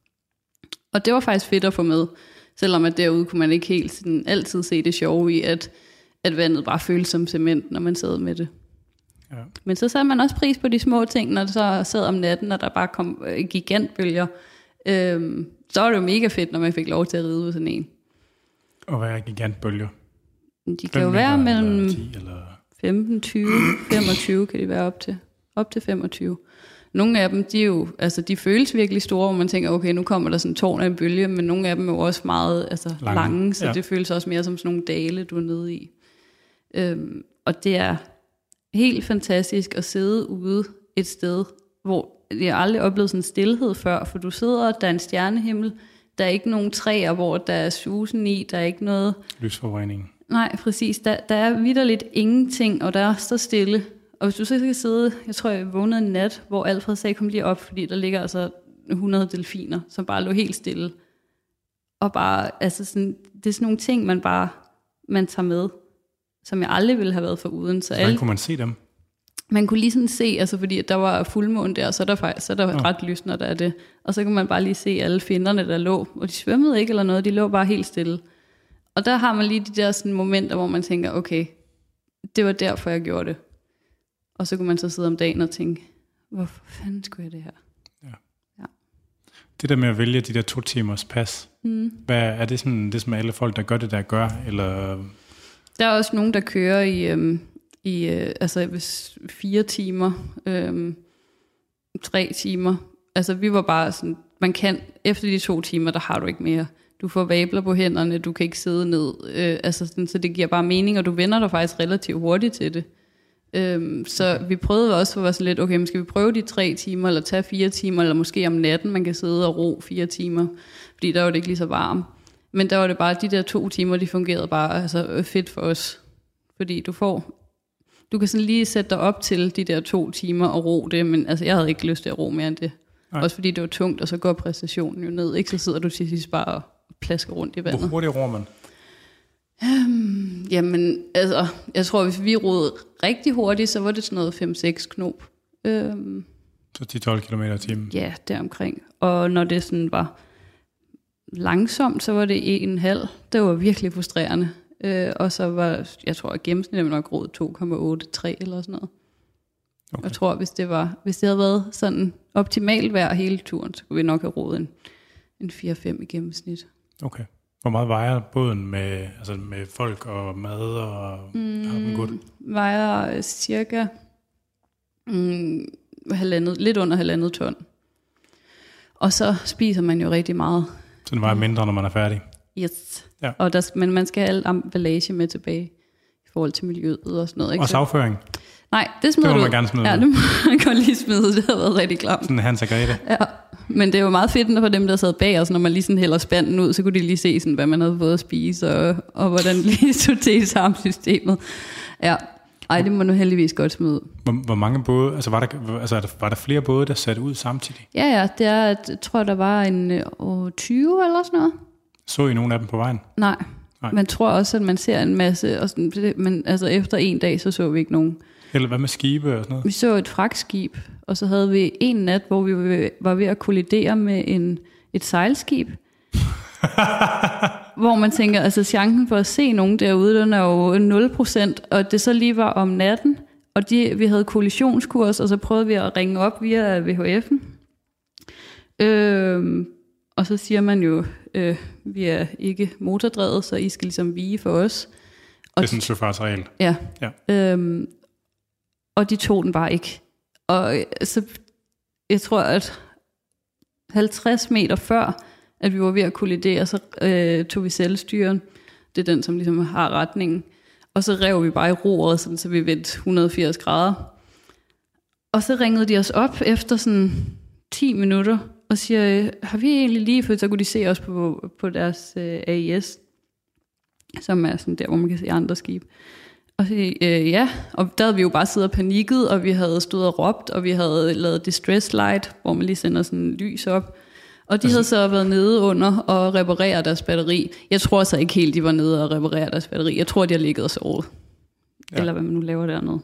Og det var faktisk fedt at få med, selvom at derude kunne man ikke helt sådan, altid se det sjove i, at at vandet bare føles som cement, når man sidder med det. Ja. Men så satte man også pris på de små ting, når det så sad om natten, og der bare kom gigantbølger. Øhm, så var det jo mega fedt, når man fik lov til at ride ud sådan en. Og hvad er gigantbølger? De kan jo være mellem femten, tyve, femogtyve kan de være op til. Op til femogtyve. Nogle af dem, de, er jo, altså, de føles virkelig store, hvor man tænker, okay, nu kommer der sådan en tårn af en bølge, men nogle af dem er jo også meget altså, lange, lange, så ja. Det føles også mere som sådan nogle dale, du er nede i. Øhm, og det er helt fantastisk at sidde ude et sted, hvor jeg aldrig oplevet sådan en stillhed før, for du sidder, der er en stjernehimmel, der er ikke nogen træer, hvor der er susen i, der er ikke noget... Lysforurening. Nej, præcis. Der, der er vitterligt ingenting, og der er så stille. Og hvis du så skal sidde, jeg tror jeg vågnede en nat, hvor Alfred sagde, kom lige op, fordi der ligger altså hundrede delfiner, som bare lå helt stille. Og bare, altså sådan, det er sådan nogle ting, man bare, man tager med, som jeg aldrig ville have været foruden. Så hvordan kunne man se dem? Man kunne lige sådan se, altså fordi der var fuldmåne der, så er der faktisk, så er der ja. ret lyst, når der er det. Og så kunne man bare lige se alle finderne, der lå, og de svømmede ikke eller noget, de lå bare helt stille. Og der har man lige de der sådan momenter, hvor man tænker, okay, det var derfor, jeg gjorde det. Og så kunne man så sidde om dagen og tænke, hvorfor fanden skulle jeg det her? Ja. Ja. Det der med at vælge de der to timers pas, mm. hvad er det sådan, det som alle folk, der gør det, der gør? Eller? Der er også nogen, der kører i, øhm, i øh, altså fire timer, øhm, tre timer. Altså vi var bare sådan, man kan, efter de to timer, der har du ikke mere. Du får vabler på hænderne, du kan ikke sidde ned. Øh, altså sådan, så det giver bare mening, og du vender dig faktisk relativt hurtigt til det. Øhm, så okay. Vi prøvede også at være sådan lidt, okay, men skal vi prøve de tre timer, eller tage fire timer, eller måske om natten, man kan sidde og ro fire timer, fordi der var det ikke lige så varmt. Men der var det bare, de der to timer, de fungerede bare altså, fedt for os. Fordi du får, du kan sådan lige sætte dig op til de der to timer og ro det, men altså, jeg havde ikke lyst til at ro mere end det. Nej. Også fordi det var tungt, og så går præstationen jo ned, ikke? Så sidder du til sidst bare og plasker rundt i vandet. Hvor hurtigt ror man? Um, jamen, altså, jeg tror, hvis vi rodede rigtig hurtigt, så var det sådan noget fem seks knop. Um, så ti til tolv kilometer i timen? Ja, deromkring. Og når det sådan var langsomt, så var det en halv. Det var virkelig frustrerende. Uh, og så var, jeg tror, at gennemsnittet nok rodet to komma otte tre eller sådan noget. Okay. Jeg tror, hvis det var, hvis det havde været sådan optimalt vejr hele turen, så kunne vi nok have rodet en, en fire fem i gennemsnit. Okay. Hvor meget vejer båden med, altså med folk og mad og mm, har den godt? Vejer cirka mm, halvandet, lidt under halvandet ton. Og så spiser man jo rigtig meget. Så den vejer mindre, når man er færdig? Yes. Ja. Og der, men man skal have alt emballage med tilbage i forhold til miljøet og sådan noget. Ikke? Og savføring? Nej, det smider det du. Det må man gerne smide. Ja, det må man godt lige smide. Det har været rigtig klamt. Sådan Hans og Grete. Ja, men det er jo meget fedt for dem, der sad bag os, når man lige sådan hælder spanden ud, så kunne de lige se, sådan, hvad man havde fået at spise, og, og hvordan lige stod til i tarmsystemet. Ja, ej, det må nu heldigvis godt smide. Hvor, hvor mange både, altså var der, altså var der flere både, der satte ud samtidig? Ja, ja, det er, jeg tror, der var en øh, tyve eller sådan noget. Så I nogle af dem på vejen? Nej, Nej. Man tror også, at man ser en masse, og sådan, men altså efter en dag, så så vi ikke nogen. Eller hvad med skibe og sådan noget? Vi så et fragtskib, og så havde vi en nat, hvor vi var ved at kollidere med en, et sejlskib. Hvor man tænker, altså chancen for at se nogen derude, den er jo nul procent, og det så lige var om natten, og de, vi havde kollisionskurs, og så prøvede vi at ringe op via V H F'en. Øh, og så siger man jo, øh, vi er ikke motordrevet, så I skal ligesom vige for os. Og det er sådan en søfartsregel. Ja. ja. Øh, og de tog den bare ikke. Og så, jeg tror, at halvtreds meter før, at vi var ved at kollidere, så øh, tog vi selvstyren. Det er den, som ligesom har retningen. Og så rev vi bare i roret, sådan, så vi vendte et hundrede og firs grader. Og så ringede de os op efter sådan ti minutter, og siger, har vi egentlig lige fået, så kunne de se os på, på deres øh, A I S, som er sådan der, hvor man kan se andre skibe. Og så, øh, ja, og der havde vi jo bare siddet og panikket, og vi havde stået og råbt, og vi havde lavet distress light, hvor man lige sender sådan lys op. Og de havde så været nede under og reparere deres batteri. Jeg tror så ikke helt, de var nede og reparere deres batteri. Jeg tror, de har ligget og sovet. Ja. Eller hvad man nu laver dernede.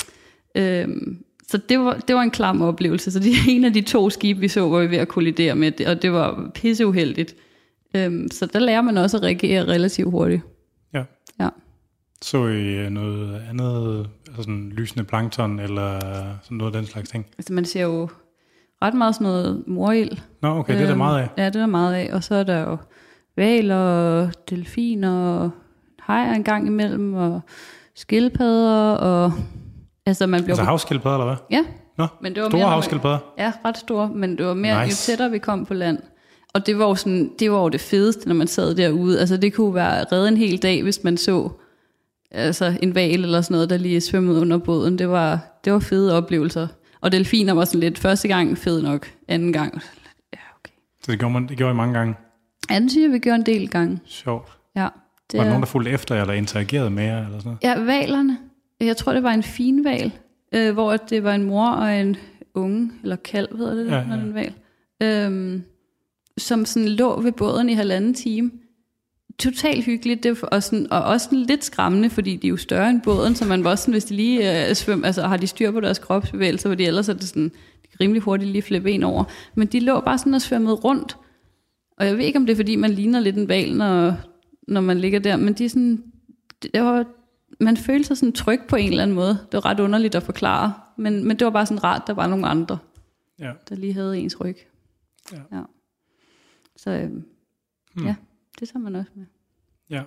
Øhm, så det var, det var en klam oplevelse. Så det er en af de to skibe, vi så, var vi ved at kollidere med. Og det var pisseuheldigt. Øhm, så der lærer man også at reagere relativt hurtigt. Ja. Ja. Så I noget andet, altså sådan lysende plankton, eller sådan noget af den slags ting? Altså man ser jo ret meget sådan noget morild. Nå, okay, det er der meget af. Ja, det er der meget af. Og så er der jo hvaler og delfiner og hajer en gang imellem, og skildpadder, og altså man bliver... Altså havskildpadder, eller hvad? Ja. Nå, men det var store mere, havskildpadder? Ja, ret store, men det var mere, nice. Jo tættere vi kom på land. Og det var jo sådan, det var jo det fedeste, når man sad derude. Altså det kunne være redde en hel dag, hvis man så altså en hval eller sådan noget, der lige svømmede under båden. Det var, det var fede oplevelser. Og delfiner var sådan lidt første gang fed nok, anden gang. Ja, okay. Så det gjorde, man, det gjorde I mange gange? Ja, det synes jeg, vi gjorde en del gange. Sjovt. Ja. Det var der nogen, der fulgte efter jer, eller interagerede med jer, eller sådan noget? Ja, hvalerne. Jeg tror, det var en finhval, øh, hvor det var en mor og en unge, eller kalv, hedder det, ja, ja. En hval, øh, som sådan lå ved båden i halvanden time. Totalt hyggeligt, det, og, sådan, og også sådan lidt skræmmende, fordi de er jo større end båden, så man var sådan, hvis de lige øh, svømmer, altså har de styr på deres kropsbevægelser, fordi ellers er det sådan, de kan rimelig hurtigt lige flippe en over. Men de lå bare sådan og svømmede rundt, og jeg ved ikke, om det er, fordi man ligner lidt en hval, når, når man ligger der, men de er sådan, det var, man følte sig sådan tryg på en eller anden måde. Det var ret underligt at forklare, men, men det var bare sådan rart, der var nogle andre, ja. Der lige havde ens ryg. Ja. Ja. Så øh, hmm. ja. Det tager man også med. Ja.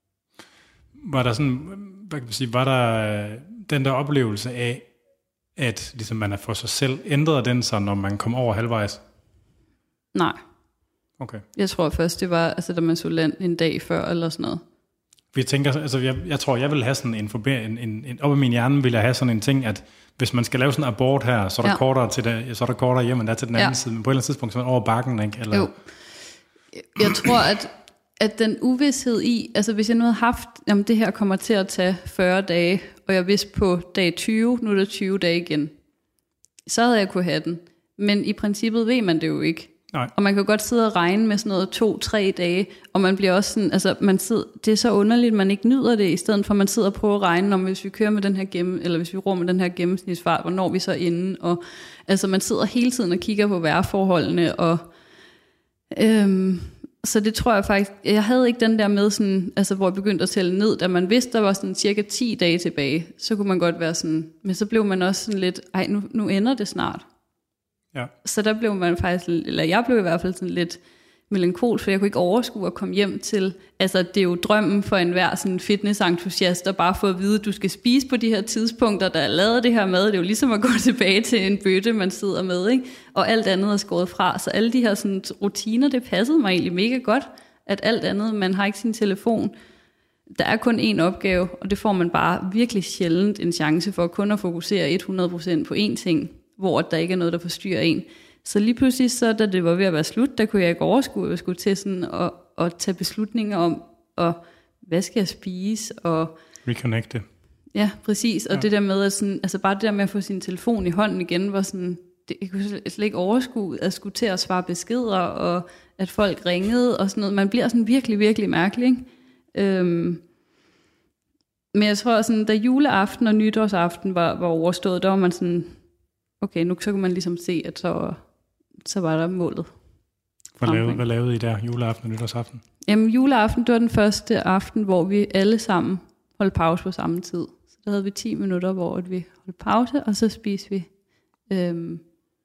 Var der sådan, hvad kan man sige, var der den der oplevelse af, at ligesom man er for sig selv, ændrede den sig, når man kom over halvvejs? Nej. Okay. Jeg tror først, det var, altså da man så land en dag før, eller sådan noget. Vi tænker, altså jeg, jeg tror, jeg vil have sådan en, en, en, en op i min hjerne vil jeg have sådan en ting, at hvis man skal lave sådan en abort her, så er der, ja. kortere, til det, så er der kortere hjem, end der til den anden ja. side, men på et eller andet tidspunkt, så er man over bakken, ikke? Eller... Jo. Jeg tror, at, at den uvidshed i, altså hvis jeg nu havde haft, jamen det her kommer til at tage fyrre dage, og jeg vidste på dag tyve, nu er det tyve dage igen, så havde jeg kunne have den. Men i princippet ved man det jo ikke. Nej. Og man kan godt sidde og regne med sådan noget to-tre dage, og man bliver også sådan, altså man sidder, det er så underligt, at man ikke nyder det, i stedet for at man sidder og prøver at regne om, hvis vi kører med den her gennem, eller hvis vi ror med den her gennemsnitsfart, hvornår vi så er inde, og altså man sidder hele tiden og kigger på vejrforholdene, og øhm, så det tror jeg faktisk, jeg havde ikke den der med sådan, altså hvor jeg begyndte at tælle ned, da man vidste, der var sådan cirka ti dage tilbage, så kunne man godt være sådan, men så blev man også sådan lidt, ej nu, nu ender det snart. Ja. Så der blev man faktisk, eller jeg blev i hvert fald sådan lidt melankolsk, for jeg kunne ikke overskue at komme hjem til, altså det er jo drømmen for enhver sådan fitnessentusiast at bare få at vide, at du skal spise på de her tidspunkter, der er lavet det her mad. Det er jo ligesom at gå tilbage til en bøtte, man sidder med, ikke? Og alt andet er skåret fra. Så alle de her sådan rutiner, det passede mig egentlig mega godt, at alt andet, man har ikke sin telefon. Der er kun én opgave, og det får man bare virkelig sjældent en chance for kun at fokusere hundrede procent på én ting, hvor der ikke er noget, der forstyrrer en. Så lige pludselig, så, da det var ved at være slut, der kunne jeg ikke overskue, at jeg skulle til sådan at, at tage beslutninger om, og, hvad skal jeg spise? Og, reconnecte. Ja, præcis. Og ja. det der med, at sådan, altså bare det der med at få sin telefon i hånden igen, var sådan, det, jeg kunne slet ikke overskue, at skulle til at svare beskeder, og at folk ringede og sådan noget. Man bliver sådan virkelig, virkelig mærkelig, ikke? Øhm, men jeg tror, sådan, da juleaften og nytårsaften var, var overstået, der var man sådan, okay, nu så kunne man ligesom se, at så, så var der målet. Hvad lavede, hvad lavede I der, juleaften og nytårsaften? Jamen, juleaften, det var den første aften, hvor vi alle sammen holdt pause på samme tid. Så der havde vi ti minutter, hvor vi holdt pause, og så spiste vi øhm,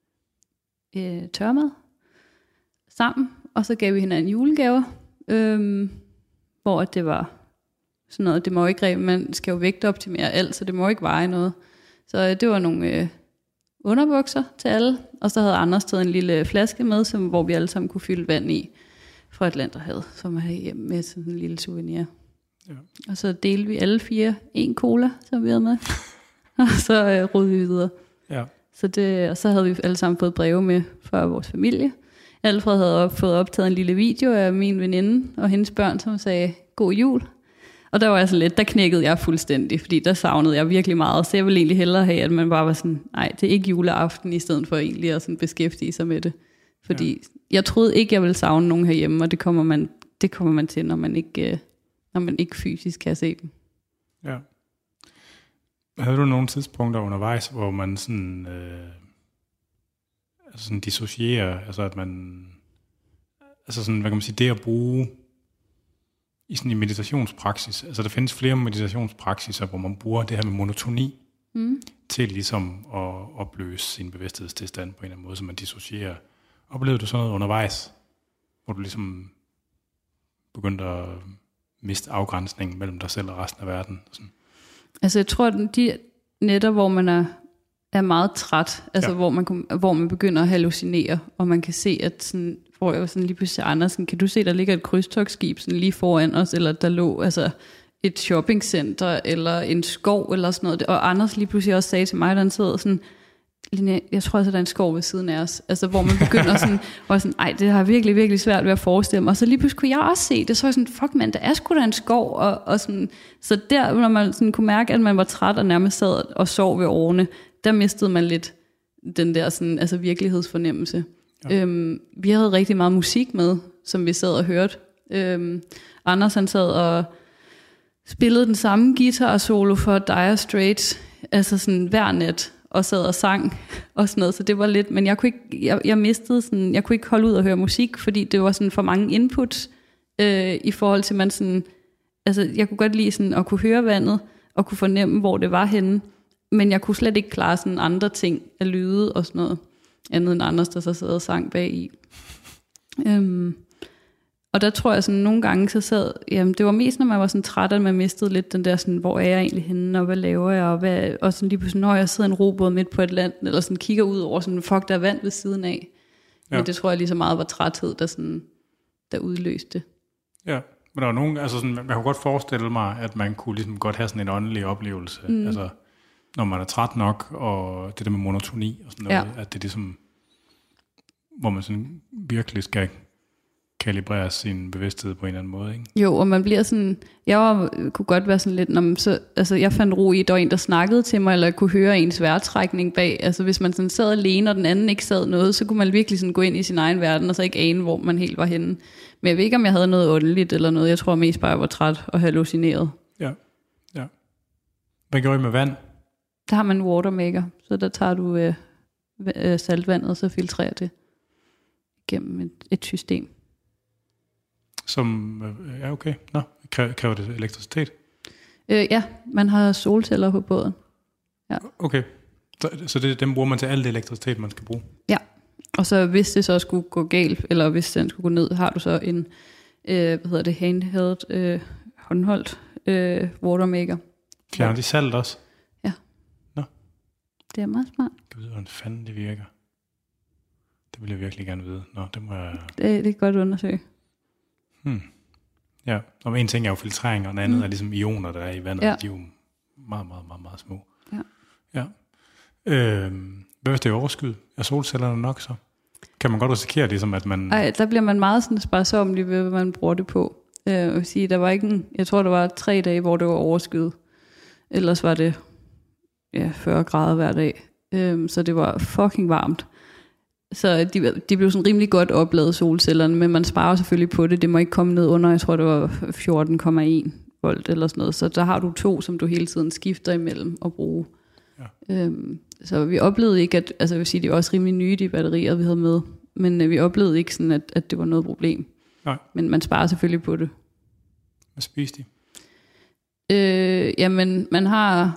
øh, tørmad sammen, og så gav vi hinanden julegaver, øhm, hvor det var sådan noget, det må jo ikke, man skal jo vægteoptimere alt, så det må ikke veje noget. Så øh, det var nogle øh, underbukser til alle, og så havde Anders taget en lille flaske med, som, hvor vi alle sammen kunne fylde vand i fra Atlanterhavet, som er hjemme med sådan en lille souvenir. Ja. Og så delte vi alle fire en cola, som vi havde med, og så øh, rodede vi videre. Ja. Så det, og så havde vi alle sammen fået breve med fra vores familie. Alfred havde op, fået optaget en lille video af min veninde og hendes børn, som sagde, god jul. Og der var jeg så lidt, der knækkede jeg fuldstændig, fordi der savnede jeg virkelig meget. Så jeg ville egentlig hellere have, at man bare var sådan, nej, det er ikke juleaften, i stedet for egentlig at sådan beskæftige sig med det. Fordi ja. jeg troede ikke, jeg ville savne nogen herhjemme, og det kommer man, det kommer man til, når man ikke, når man ikke fysisk kan se dem. Ja. Havde du nogle tidspunkter undervejs, hvor man sådan, øh, altså sådan dissocierer, altså at man, altså sådan, hvad kan man sige, det at bruge i sådan en meditationspraksis, altså der findes flere meditationspraksiser, hvor man bruger det her med monotoni mm. til ligesom at opløse sin bevidsthedstilstand på en eller anden måde, så man dissocierer. Oplevede du sådan noget undervejs, hvor du ligesom begyndte at miste afgrænsningen mellem dig selv og resten af verden? Sådan. Altså jeg tror, at de netter, hvor man er, er meget træt, altså ja. hvor, man, hvor man begynder at hallucinere, og man kan se, at sådan, hvor jeg var sådan lige pludselig Andersen, kan du se, der ligger et krydstogtskib sådan lige foran os, eller der lå altså et shoppingcenter, eller en skov, eller sådan noget. Og Anders lige pludselig også sagde til mig, da han sidder sådan, Linnea, jeg tror altså, der er en skov ved siden af os. Altså, hvor man begynder sådan, og sådan, ej, det har virkelig, virkelig svært ved at forestille mig. Og så lige pludselig kunne jeg også se det, så var jeg sådan, fuck man, der er sgu da en skov. Og, og sådan, så der, når man sådan kunne mærke, at man var træt og nærmest sad og sov ved årene, der mistede man lidt den der sådan, altså virkelighedsfornemmelse. Ja. Øhm, vi havde rigtig meget musik med, som vi sad og hørte. Øhm, Anders han sad og spillede den samme guitar solo for Dire Straits, altså sådan hver nat, og sad og sang og sådan noget, så det var lidt, men jeg kunne ikke, jeg, jeg mistede sådan, jeg kunne ikke holde ud og høre musik, fordi det var sådan for mange inputs øh, i forhold til man sådan, altså jeg kunne godt lide sådan at kunne høre vandet og kunne fornemme, hvor det var henne, men jeg kunne slet ikke klare sådan andre ting af lyde og sådan noget, andet end Anders, der så sad og sang bag i. Øhm, og der tror jeg sådan nogle gange så sad, jamen det var mest når man var sådan træt, at man mistede lidt den der sådan, hvor er jeg egentlig henne, og hvad laver jeg, og, hvad, og sådan lige pludselig, når jeg sidder i en robåd midt på Atlanten, eller sådan kigger ud over sådan, fuck der er vand ved siden af. Ja. Men det tror jeg lige så meget var træthed, der sådan, der udløste. Ja, men der var nogen, altså sådan, man kunne godt forestille mig, at man kunne ligesom godt have sådan en åndelig oplevelse, mm. altså når man er træt nok, og det der med monotoni og sådan noget, ja. At det er ligesom, hvor man sådan virkelig skal kalibrere sin bevidsthed på en eller anden måde, ikke? Jo, og man bliver sådan, jeg var, kunne godt være sådan lidt, når man så, altså jeg fandt ro i, at der var en, der snakkede til mig, eller jeg kunne høre ens vejrtrækning bag, altså hvis man sådan sad alene, og den anden ikke sad noget, så kunne man virkelig sådan gå ind i sin egen verden, og så ikke ane, hvor man helt var henne. Men jeg ved ikke, om jeg havde noget underligt, eller noget, jeg tror mest bare, jeg var træt og hallucineret. Ja, ja. Hvad gjorde I med vand? Der har man watermaker, så der tager du øh, øh, saltvandet, og så filtrerer det gennem et, et system. Som, øh, ja okay, nå, kræver det elektricitet? Øh, ja, man har solceller på båden. Ja. Okay, så, så det, dem bruger man til alt det elektricitet, man skal bruge? Ja, og og så hvis det så skulle gå galt, eller hvis den skulle gå ned, har du så en, øh, hvad hedder det, handheld, øh, håndholdt øh, watermaker. Fjerner de salt også? Ja. Nå. Det er meget smart. Jeg ved, hvordan fanden det virker. Det vil jeg virkelig gerne vide. Nå, det må jeg... Det, det er godt at undersøge. Hmm. Ja, og en ting er jo filtrering, og en anden mm. er ligesom ioner, der er i vandet. Ja. De er jo meget, meget, meget, meget små. Ja. Ja. Øhm, hvad hvis det er overskud? Er solcellerne nok så? Kan man godt risikere det, som at man... Ej, der bliver man meget sådan sparsommelig ved, hvad man bruger det på. Jeg vil sige, der var ikke en, jeg tror, der var tre dage, hvor det var overskud. Ellers var det ja, fyrre grader hver dag. Øhm, så det var fucking varmt. Så de, de blev sådan rimelig godt opladet, solcellerne, men man sparer selvfølgelig på det. Det må ikke komme ned under, jeg tror, det var fjorten komma en volt eller sådan noget. Så der har du to, som du hele tiden skifter imellem at bruge. Ja. Øhm, så vi oplevede ikke, at, altså jeg vil sige, det var også rimelig nye, de batterier, vi havde med. Men øh, vi oplevede ikke sådan, at, at det var noget problem. Nej. Men man sparer selvfølgelig på det. Hvad spiser de? Øh, jamen, man har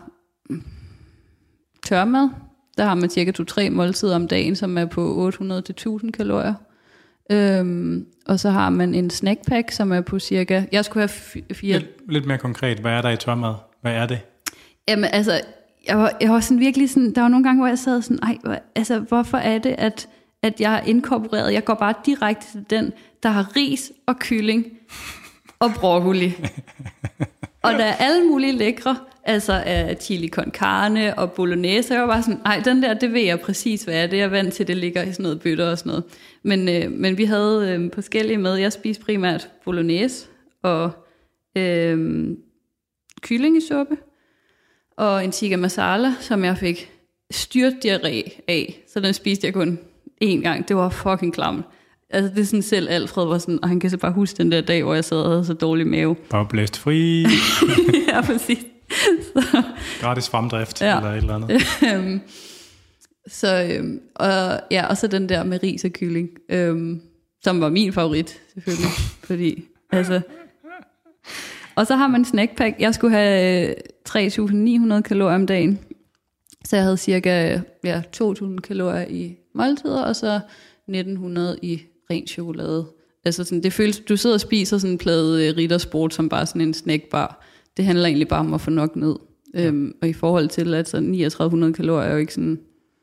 tørmad. Der har man cirka to til tre måltider om dagen, som er på otte hundrede til tusind kalorier. Øhm, og så har man en snackpack, som er på cirka... Jeg skulle have fire... Lidt, lidt mere konkret, hvad er der i tørmad? Hvad er det? Jamen altså, jeg var, jeg var sådan virkelig sådan... Der var nogle gange, hvor jeg sad sådan... Ej, hvor, altså, hvorfor er det, at, at jeg har inkorporeret... Jeg går bare direkte til den, der har ris og kylling og broccoli. Og der er alle mulige lækre... Altså uh, chili con carne og bolognese. Jeg var bare sådan, nej, den der, det ved jeg præcis, hvad er det. Jeg er vant til, det ligger i sådan noget bøtter og sådan noget. Men, uh, men vi havde uh, forskellige med. Jeg spiste primært bolognese og uh, kyllingesuppe og en tikka masala, som jeg fik styrt diarré af. Så den spiste jeg kun én gang. Det var fucking klamt. Altså det er sådan selv Alfred var sådan, og han kan så bare huske den der dag, hvor jeg sad og havde så dårlig mave. Bare blæst fri. Ja, præcis. Så, gratis fremdrift ja. Eller et eller andet. Øhm, så, øhm, og, ja, og så den der med ris og kylling, øhm, som var min favorit, selvfølgelig. fordi, altså, og så har man en snackpack. Jeg skulle have tre tusind ni hundrede kalorier om dagen. Så jeg havde cirka ja, to tusind kalorier i måltider, og så nitten hundrede i ren chokolade. Altså sådan, det føles, du sidder og spiser sådan en plade Rittersport, som bare sådan en snackbar. Det handler egentlig bare om at få nok ned. Ja. Øhm, og i forhold til, at så treogtredive hundrede kalorier er jo ikke sådan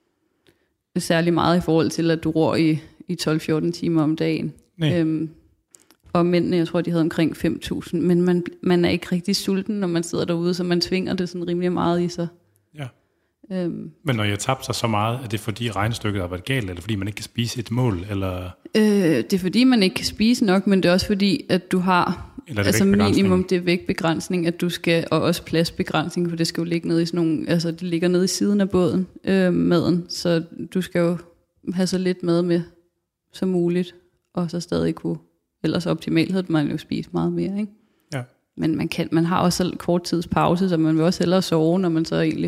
særlig meget i forhold til, at du ror i, i tolv til fjorten timer om dagen. Øhm, og mændene, jeg tror, de havde omkring fem tusind. Men man, man er ikke rigtig sulten, når man sidder derude, så man tvinger det sådan rimelig meget i sig. Ja. Øhm. Men når jeg tabte sig så meget, er det fordi regnestykket har været galt, eller fordi man ikke kan spise et mål? Eller? Øh, det er fordi, man ikke kan spise nok, men det er også fordi, at du har... Altså minimum det er vægtbegrænsning, at du skal, og også pladsbegrænsning, for det skal jo ligge nede i sådan nogle, altså det ligger nede i siden af båden, øh, maden, så du skal jo have så lidt mad med som muligt, og så stadig kunne, ellers optimalt havde man jo spist meget mere, ikke? Ja. Men man, kan, man har også kort tids pause, så man vil også hellere sove, når man så egentlig,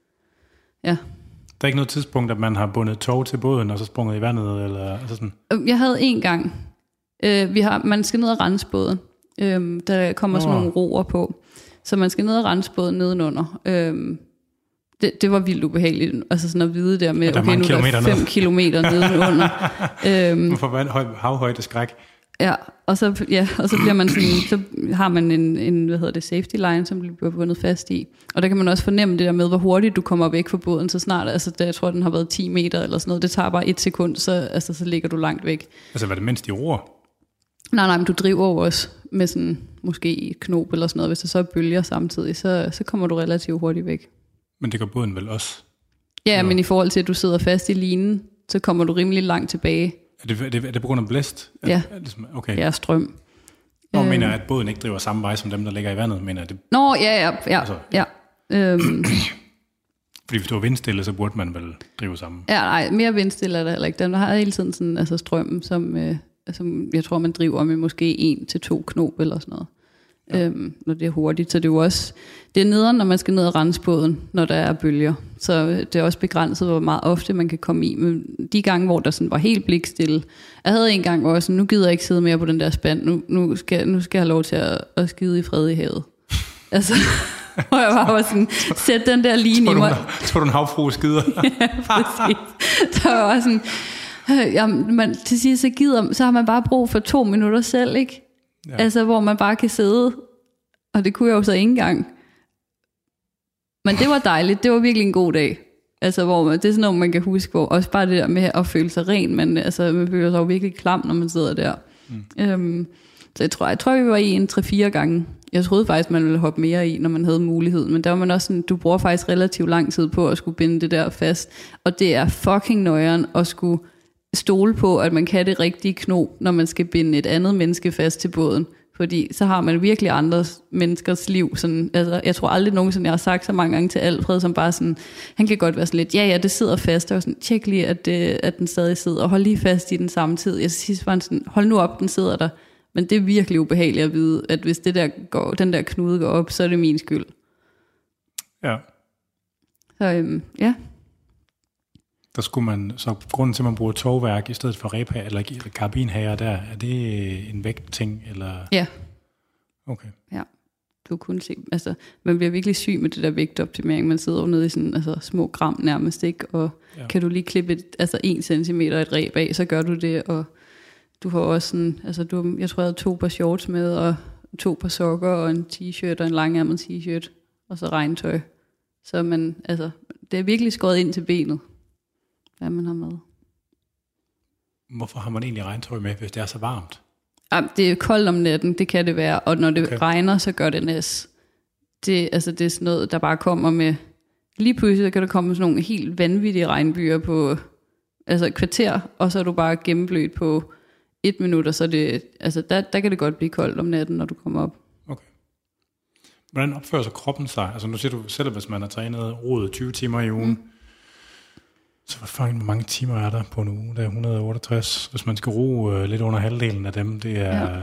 ja. Der er ikke noget tidspunkt, at man har bundet tog til båden, og så sprunget i vandet, eller altså sådan? Jeg havde en gang, øh, vi har, man skal ned og rense båden. Øhm, der kommer sådan nogle roer på, så man skal ned og rense båden nedenunder. Øhm, det, det var vildt ubehageligt, altså sådan at vide der med, der okay, nu er der fem ned. kilometer nedenunder. øhm, Hvorfor var det havhøjde skræk? Ja, og så, ja, og så bliver man sådan, så har man en, en, hvad hedder det, safety line, som bliver bundet fast i. Og der kan man også fornemme det der med, hvor hurtigt du kommer væk fra båden, så snart, altså der, jeg tror, den har været ti meter eller sådan noget, det tager bare et sekund, så, altså, så ligger du langt væk. Altså var det mens de roer? Nej, nej, men du driver jo også med sådan, måske et knop eller sådan noget, hvis der så er bølger samtidig, så, så kommer du relativt hurtigt væk. Men det gør båden vel også? Ja, eller? Men i forhold til, at du sidder fast i linen, så kommer du rimelig langt tilbage. Er det, er det, er det på grund af blæst? Ja, er det, okay. Ja, strøm. Nå, øh, mener at båden ikke driver samme vej som dem, der ligger i vandet? Mener det? Nå, ja, ja, ja. Altså, ja. Øhm. Fordi hvis du er vindstille, så burde man vel drive sammen? Ja, nej, mere vindstille er der heller ikke. Den har hele tiden sådan, altså strømmen, som, øh, som jeg tror, man driver med måske en til to knop eller sådan noget. Ja. Øhm, når det er hurtigt, så det er jo også det er nederen, når man skal ned og rense båden, når der er bølger, så det er også begrænset, hvor meget ofte man kan komme i, men de gange, hvor der sådan var helt blikstille, jeg havde en gang, hvor jeg sådan, nu gider jeg ikke sidde mere på den der spand, nu, nu, skal, nu skal jeg have lov til at, at skide i fred i havet. Altså, og jeg var sådan, sæt den der line i mig. Tror du en havfrue skider? Ja, præcis. Der var sådan, Jamen, man, til sidst så gider, så har man bare brug for to minutter selv, ikke? Ja. Altså, hvor man bare kan sidde, og det kunne jeg jo så ikke engang. Men det var dejligt, det var virkelig en god dag. Altså, hvor man, det er sådan noget, man kan huske, hvor også bare det der med at føle sig ren, men altså, man føler sig jo virkelig klam, når man sidder der. Mm. Øhm, så jeg tror, jeg tror, vi var i en tre-fire gange. Jeg troede faktisk, man ville hoppe mere i, når man havde mulighed, men der var man også sådan, du bruger faktisk relativt lang tid på at skulle binde det der fast, og det er fucking nøjeren at skulle stole på, at man kan det rigtige knop, når man skal binde et andet menneske fast til båden. Fordi så har man virkelig andre menneskers liv. Sådan, altså, jeg tror aldrig nogensinde, jeg har sagt så mange gange til Alfred, som bare sådan, han kan godt være sådan lidt, ja ja, det sidder fast, og sådan, tjek lige, at, det, at den stadig sidder, og hold lige fast i den samme tid. Jeg synes bare sådan, hold nu op, den sidder der. Men det er virkelig ubehageligt at vide, at hvis det der går, den der knude går op, så er det min skyld. Ja. Så øhm, ja. Der skulle man, så grunden til, at man bruger tovværk i stedet for repa eller karabinhager der, er det en vægtting, eller? Ja. Okay. Ja, du kunne se, altså, man bliver virkelig syg med det der vægtoptimering, man sidder jo nede i sådan, altså, små gram nærmest, ikke? Og ja. Kan du lige klippe et, altså en centimeter et reb af, så gør du det, og du har også sådan, altså du, jeg tror, jeg havde to par shorts med, og to par sokker, og en t-shirt, og en langærmet t-shirt, og så regntøj. Så man, altså, det er virkelig skåret ind til benet, hvad man har med. Hvorfor har man egentlig regntøj med, hvis det er så varmt? Ja, det er koldt om natten, det kan det være, og når det okay. regner, så gør det næs. Det, altså, det er sådan noget, der bare kommer med, lige pludselig kan der komme sådan nogle helt vanvittige regnbyer på, altså et kvarter, og så er du bare gennemblødt på et minut, og så er det, altså der, der kan det godt blive koldt om natten, når du kommer op. Okay. Hvordan opfører så kroppen sig? Altså nu siger du selv, hvis man har trænet roet tyve timer i ugen, mm. så hvor mange timer er der på en uge? Det er et hundrede og otteogtres. Hvis man skal ro øh, lidt under halvdelen af dem, det er ja,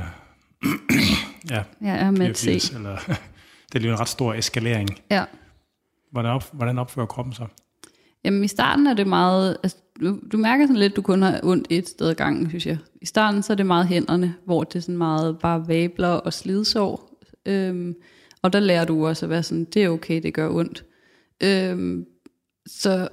ja jeg er med fireogfirs, eller det er lige en ret stor eskalering. Ja. Hvordan, op, hvordan opfører kroppen sig? Jamen i starten er det meget, altså, du, du mærker sådan lidt, at du kun har ondt et sted ad gangen, synes jeg. I starten så er det meget hænderne, hvor det er sådan meget bare vabler og slidsår. Øhm, og der lærer du også at være sådan, det er okay, det gør ondt. Øhm, så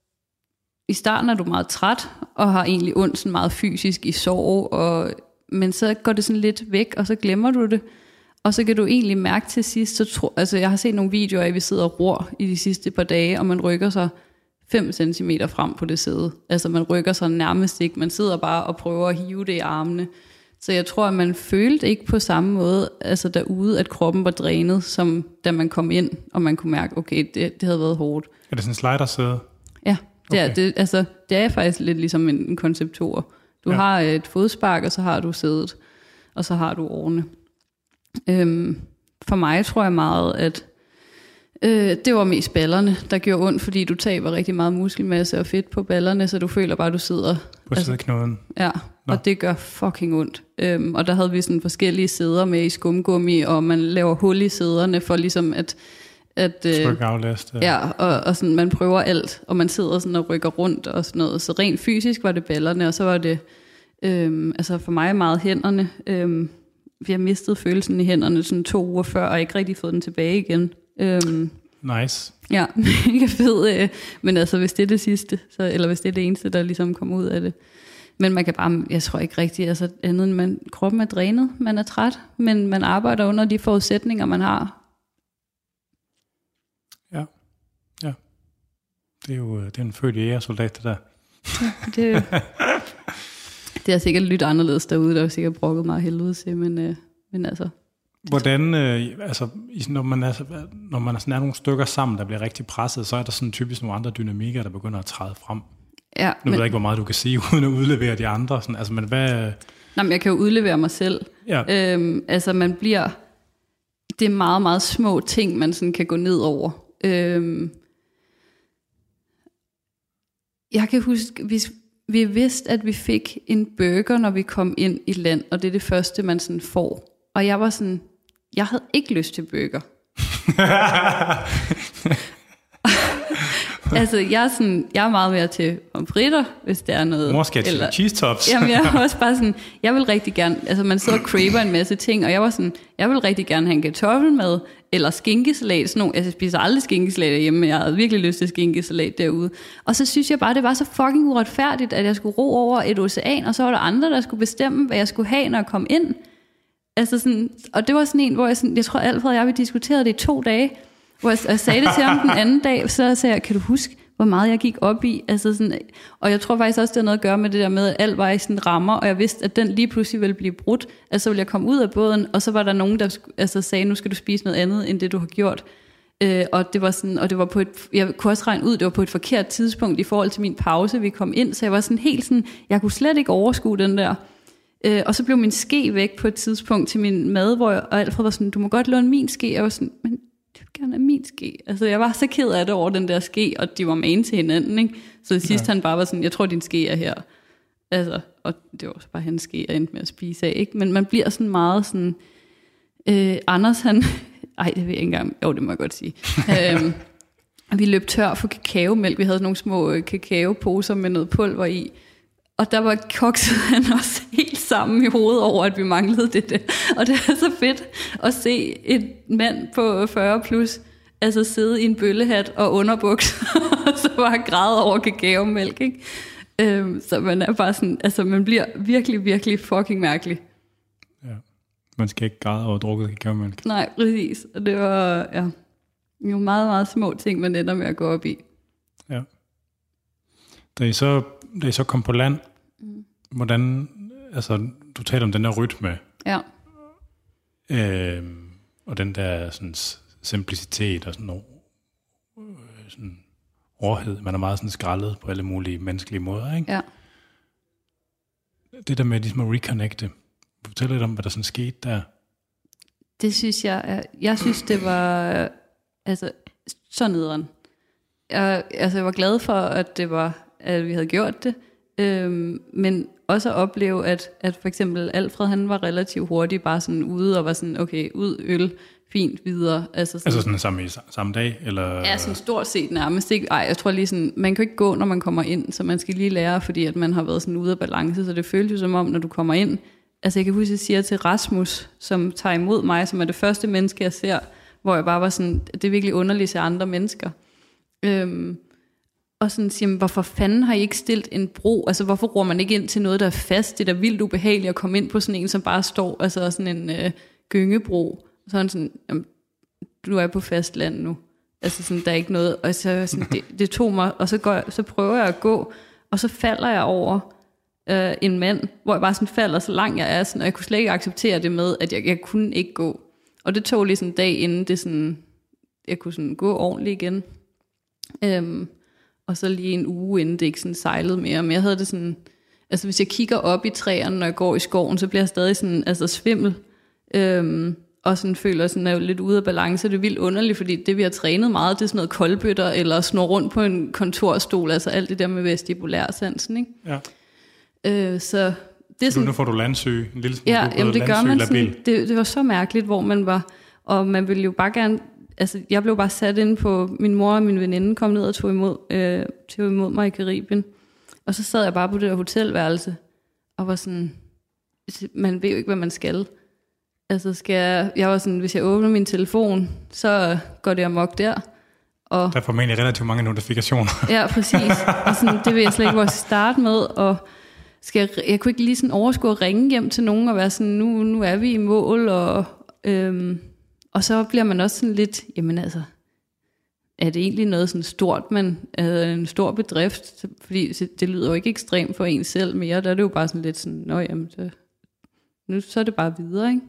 i starten er du meget træt, og har egentlig ondt sådan meget fysisk i sorg, og, men så går det sådan lidt væk, og så glemmer du det. Og så kan du egentlig mærke til sidst, så tro, altså jeg har set nogle videoer af, at vi sidder og ror i de sidste par dage, og man rykker sig fem centimeter frem på det sæde. Altså man rykker sig nærmest ikke, man sidder bare og prøver at hive det i armene. Så jeg tror, at man følte ikke på samme måde, altså derude, at kroppen var drænet, som da man kom ind, og man kunne mærke, okay, det, det havde været hårdt. Er det sådan en slidersæde? Ja, det er, okay. det, altså, det er faktisk lidt ligesom en, en konceptor. Du ja. har et fodspark, og så har du sædet, og så har du årene. Øhm, for mig tror jeg meget, at øh, det var mest ballerne, der gjorde ondt, fordi du taber rigtig meget muskelmasse og fedt på ballerne, så du føler bare, at du sidder på altså, sædeknuden. Ja, Nå. Og det gør fucking ondt. Øhm, og der havde vi sådan forskellige sæder med i skumgummi, og man laver hul i sæderne for ligesom at at øh, tryk aflæst. Ja, ja og, og sådan, man prøver alt, og man sidder sådan og rykker rundt og sådan noget. Så rent fysisk var det ballerne, og så var det øhm, altså for mig meget hænderne. Øhm, vi har mistet følelsen i hænderne sådan to uger før, og ikke rigtig fået den tilbage igen. Øhm, nice. Ja, mega fed. Øh, men altså, hvis det er det sidste, så, eller hvis det er det eneste, der ligesom kommer ud af det. Men man kan bare, jeg tror ikke rigtigt, altså andet end man, kroppen er drænet, man er træt, men man arbejder under de forudsætninger, man har. Ja, ja. Det er jo det er en født jægersoldat, det der. Ja, det, det er sikkert lidt anderledes derude, der er sikkert brokket meget helvede til, men, øh, men altså. Hvordan, øh, altså, når man, er, når man er sådan er nogle stykker sammen, der bliver rigtig presset, så er der sådan typisk nogle andre dynamikker, der begynder at træde frem. Ja, nu men, ved jeg ikke, hvor meget du kan sige, uden at udlevere de andre. Sådan, altså, men hvad... Nå, men jeg kan jo udlevere mig selv. Ja. Øhm, altså, man bliver... Det er meget, meget små ting, man sådan kan gå ned over. Øhm, jeg kan huske, hvis vi vidste, at vi fik en burger, når vi kom ind i land, og det er det første, man sådan får. Og jeg var sådan, jeg havde ikke lyst til burger. Altså, jeg er, sådan, jeg er meget mere til pomfritter, hvis der er noget. Mor skal til cheese tops. Jamen, jeg er også bare sådan, jeg vil rigtig gerne, altså man sidder og craver en masse ting, og jeg var sådan, jeg vil rigtig gerne have en kartoffelmad, eller skinkesalat, sådan nogle, altså jeg spiser aldrig skinkesalat hjemme, men jeg havde virkelig lyst til skinkesalat derude. Og så synes jeg bare, det var så fucking uretfærdigt, at jeg skulle ro over et ocean, og så var der andre, der skulle bestemme, hvad jeg skulle have, når jeg kom ind. Altså sådan, og det var sådan en, hvor jeg, sådan, jeg tror Alfred og jeg, vi diskuterede det i to dage, hvor jeg, jeg sagde det til ham den anden dag, så sagde jeg, kan du huske, hvor meget jeg gik op i? Altså sådan, og jeg tror faktisk også, det har noget at gøre med det der med, at alt var i sådan rammer, og jeg vidste, at den lige pludselig ville blive brudt. Altså så ville jeg komme ud af båden, og så var der nogen, der altså, sagde, nu skal du spise noget andet, end det du har gjort. Øh, og det var sådan, og det var på et, jeg kunne også regne ud, det var på et forkert tidspunkt i forhold til min pause, vi kom ind, så jeg var sådan helt sådan, jeg kunne slet ikke overskue den der. Øh, og så blev min ske væk på et tidspunkt til min mad, hvor jeg, og Alfred var sådan, du må godt låne min ske. Jeg var sådan, men jeg vil gerne have min ske. Altså jeg var så ked af det over den der ske, og de var magen til hinanden, ikke? Så det sidste ja. Han bare var sådan, jeg tror din ske er her. Altså, og det var også bare hans ske, jeg endte med at spise af, ikke? Men man bliver sådan meget sådan, øh, Anders han, ej det ved jeg ikke engang, jo det må jeg godt sige. øhm, vi løb tør for kakaomælk, vi havde sådan nogle små kakaoposer med noget pulver i, og der var kokset han også helt sammen i hovedet over, at vi manglede det der. Og det er så fedt at se en mand på fyrre plus, altså sidde i en bøllehat og underbuks, og så bare græde over kakaomælk, ikke? Øhm, så man er bare sådan, altså man bliver virkelig, virkelig fucking mærkelig. Ja, man skal ikke græde over drukket kakaomælk. Nej, præcis. Og det var, ja, jo meget, meget små ting, man ender med at gå op i. Ja. Da I så, da I så kom på land, mm. hvordan, altså du taler om den der rytme, ja. øh, og den der sådan simplicitet og sådan noget, sådan overhed, man er meget sådan skrællet på alle mulige menneskelige måder, ikke? Ja. Det der med ligesom at reconnecte, fortæl lidt om, hvad der sådan skete der. Det synes jeg, er, jeg synes det var, altså så nederen. Jeg, altså jeg var glad for, at det var, at vi havde gjort det, øhm, men også at opleve, at, at for eksempel Alfred, han var relativt hurtig bare sådan ude, og var sådan, okay, ud, øl, fint, videre. Altså sådan, altså sådan samme, samme dag? Eller? Ja, sådan stort set nærmest. Ikke? Ej, jeg tror lige sådan, man kan ikke gå, når man kommer ind, så man skal lige lære, fordi at man har været sådan ude af balance, så det føles jo som om, når du kommer ind. Altså jeg kan huske, at jeg siger til Rasmus, som tager imod mig, som er det første menneske, jeg ser, hvor jeg bare var sådan, det er virkelig underligt at se andre mennesker. Øhm, og sådan siger, hvorfor fanden har I ikke stillet en bro? Altså hvorfor roer man ikke ind til noget, der er fast? Det er da vildt ubehageligt at komme ind på sådan en, som bare står, altså sådan en øh, gyngebro. Så er sådan, jamen, du er på fast land nu. Altså sådan, der er ikke noget. Og så sådan, det, det tog mig, og så, går jeg, så prøver jeg at gå, og så falder jeg over øh, en mand, hvor jeg bare sådan falder så langt jeg er, sådan, og jeg kunne slet ikke acceptere det med, at jeg, jeg kunne ikke gå. Og det tog lige sådan en dag inden det sådan, jeg kunne sådan gå ordentligt igen. Øhm, og så lige en uge inden det ikke sådan sejlede mere. Men jeg havde det sådan, altså hvis jeg kigger op i træerne, når jeg går i skoven, så bliver jeg stadig sådan, altså svimmel. Øhm, og sådan føler sådan, er jo lidt ude af balance. Det er vildt underligt, fordi det vi har trænet meget, det er sådan noget koldbøtter, eller snor rundt på en kontorstol, altså alt det der med vestibulærsansen, ikke? Ja. Øh, så det er så sådan, nu får du landsyge, en lille smule. ja, jamen, det gør man sådan, det, det var så mærkeligt, hvor man var, og man ville jo bare gerne, altså jeg blev bare sat ind på, min mor og min veninde kom ned og tog imod, øh, tog imod mig i Karibien, og så sad jeg bare på det der hotelværelse, og var sådan, man ved jo ikke, hvad man skal. Altså skal jeg, jeg var sådan, hvis jeg åbner min telefon, så går det amok der. Og der er formentlig relativt mange notifikationer. Ja, præcis. Og sådan, det vil jeg slet ikke hvor starte med, og skal jeg, jeg kunne ikke lige sådan overskue at ringe hjem til nogen, og være sådan, nu, nu er vi i mål, og, øhm, og så bliver man også sådan lidt, jamen altså, er det egentlig noget sådan stort, men er en stor bedrift, fordi det lyder jo ikke ekstremt for en selv mere, der er det jo bare sådan lidt sådan, nå jamen, så, nu så er det bare videre, ikke?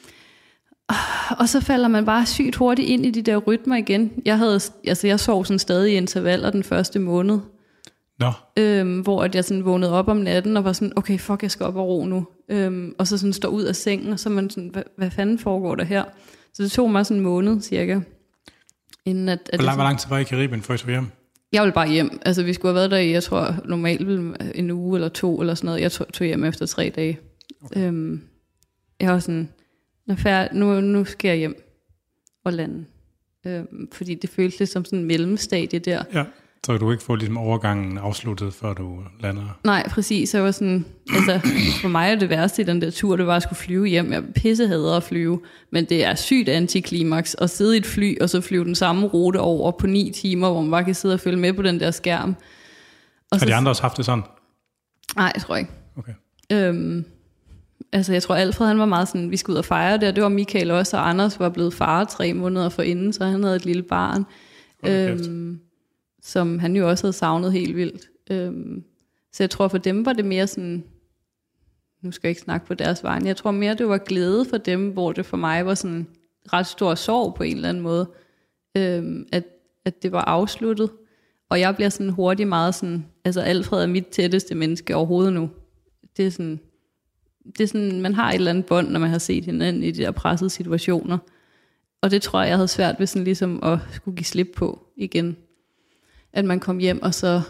Og så falder man bare sygt hurtigt ind i de der rytmer igen. Jeg havde, altså jeg sov sådan stadig i intervaller den første måned. Nå. Øhm, hvor at jeg sådan vågnede op om natten og var sådan, okay, fuck, jeg skal op og ro nu. Øhm, og så sådan står ud af sengen, og så er man sådan, hvad, hvad fanden foregår der her? Så det tog mig sådan en måned cirka. Inden at, at hvor, lang, hvor lang tid var I i Karibien, før I tog hjem? Jeg ville bare hjem. Altså vi skulle have været der i, jeg tror normalt en uge eller to eller sådan noget. Jeg tog, tog hjem efter tre dage. Okay. Øhm, jeg var sådan, nu, nu skal jeg hjem og lande. Øhm, fordi det føltes lidt som sådan en mellemstadie der. Ja. Så du ikke får ligesom overgangen afsluttet, før du lander? Nej, præcis. Jeg var sådan, altså, for mig er det værste i den der tur, det var at skulle flyve hjem. Jeg pissehader at flyve, men det er sygt antiklimaks at sidde i et fly, og så flyve den samme rute over på ni timer, hvor man bare kan sidde og følge med på den der skærm. Og har de så, andre også haft det sådan? Nej, jeg tror ikke. Okay. Øhm, altså, jeg tror Alfred, han var meget sådan, vi skulle ud og fejre det, og det var Michael også, og Anders var blevet far tre måneder forinden, så han havde et lille barn. Øhm, som han jo også havde savnet helt vildt. Øhm, så jeg tror for dem var det mere sådan, nu skal jeg ikke snakke på deres vegne, jeg tror mere det var glæde for dem, hvor det for mig var sådan ret stor sorg på en eller anden måde, øhm, at, at det var afsluttet. Og jeg bliver sådan hurtigt meget sådan, altså Alfred er mit tætteste menneske overhovedet nu. Det er sådan, det er sådan, man har et eller andet bånd, når man har set hinanden i de der pressede situationer. Og det tror jeg, jeg havde svært ved sådan ligesom at skulle give slip på igen. At man kom hjem, og så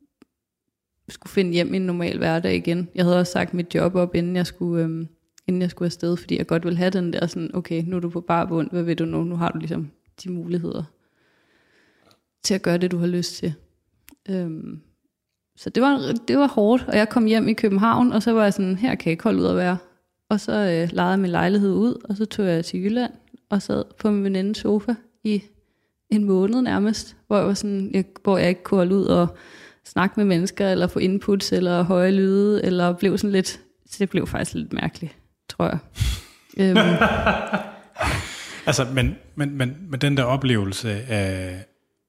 skulle finde hjem i en normal hverdag igen. Jeg havde også sagt mit job op, inden jeg skulle, øhm, inden jeg skulle afsted, fordi jeg godt ville have den der sådan, okay, nu er du på bar bund, hvad ved du nu? Nu har du ligesom de muligheder til at gøre det, du har lyst til. Øhm, så det var, det var hårdt, og jeg kom hjem i København, og så var jeg sådan, her kan jeg ikke holde ud at være. Og så øh, lejede jeg min lejlighed ud, og så tog jeg til Jylland, og sad på min venindes sofa i en måned nærmest, hvor jeg, var sådan, jeg, hvor jeg ikke kunne holde ud og snakke med mennesker, eller få inputs, eller høje lyde, eller blev sådan lidt, så det blev faktisk lidt mærkeligt, tror jeg. øhm. Altså, men, men, men, men den der oplevelse af,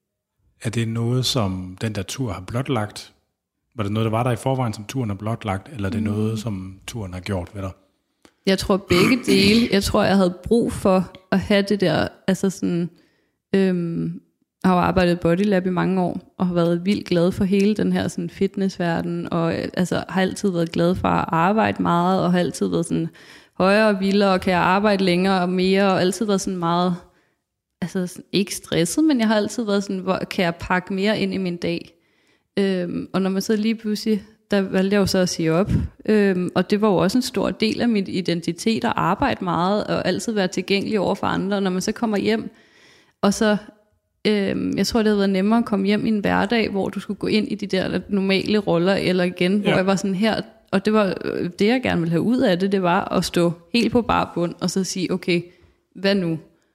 er det noget, som den der tur har blotlagt? Var det noget, der var der i forvejen, som turen har blotlagt, eller er det mm. noget, som turen har gjort ved dig? Jeg tror begge dele. Jeg tror, jeg havde brug for at have det der, altså sådan, øhm, jeg har jo arbejdet i Bodylab i mange år, og har været vildt glad for hele den her sådan fitnessverden, og altså har altid været glad for at arbejde meget, og har altid været sådan højere og vildere, og kan jeg arbejde længere og mere, og altid været sådan meget, altså sådan, ikke stresset, men jeg har altid været sådan, hvor kan jeg pakke mere ind i min dag? Øhm, og når man så lige pludselig, der valgte jeg jo så at sige op, øhm, og det var jo også en stor del af min identitet at arbejde meget, og altid være tilgængelig over for andre, og når man så kommer hjem, og så, øhm, jeg tror det havde været nemmere at komme hjem i en hverdag, hvor du skulle gå ind i de der normale roller, eller igen, ja. Hvor jeg var sådan her, og det var det jeg gerne ville have ud af det, det var at stå helt på bar bund, og så sige, okay, hvad nu?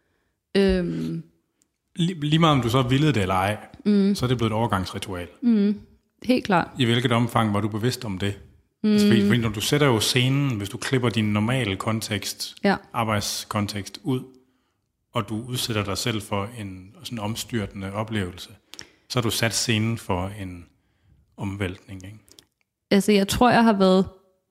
Øhm, Lige, lige meget om du så ville det eller ej, mm. så er det blevet et overgangsritual. Mm. Helt klart. I hvilket omfang var du bevidst om det? Mm. Altså, fordi, fordi når du sætter jo scenen, hvis du klipper din normale kontekst, ja. arbejdskontekst ud, og du udsætter dig selv for en sådan omstyrtende oplevelse, så har du sat scenen for en omvæltning, ikke? Altså jeg tror jeg har været,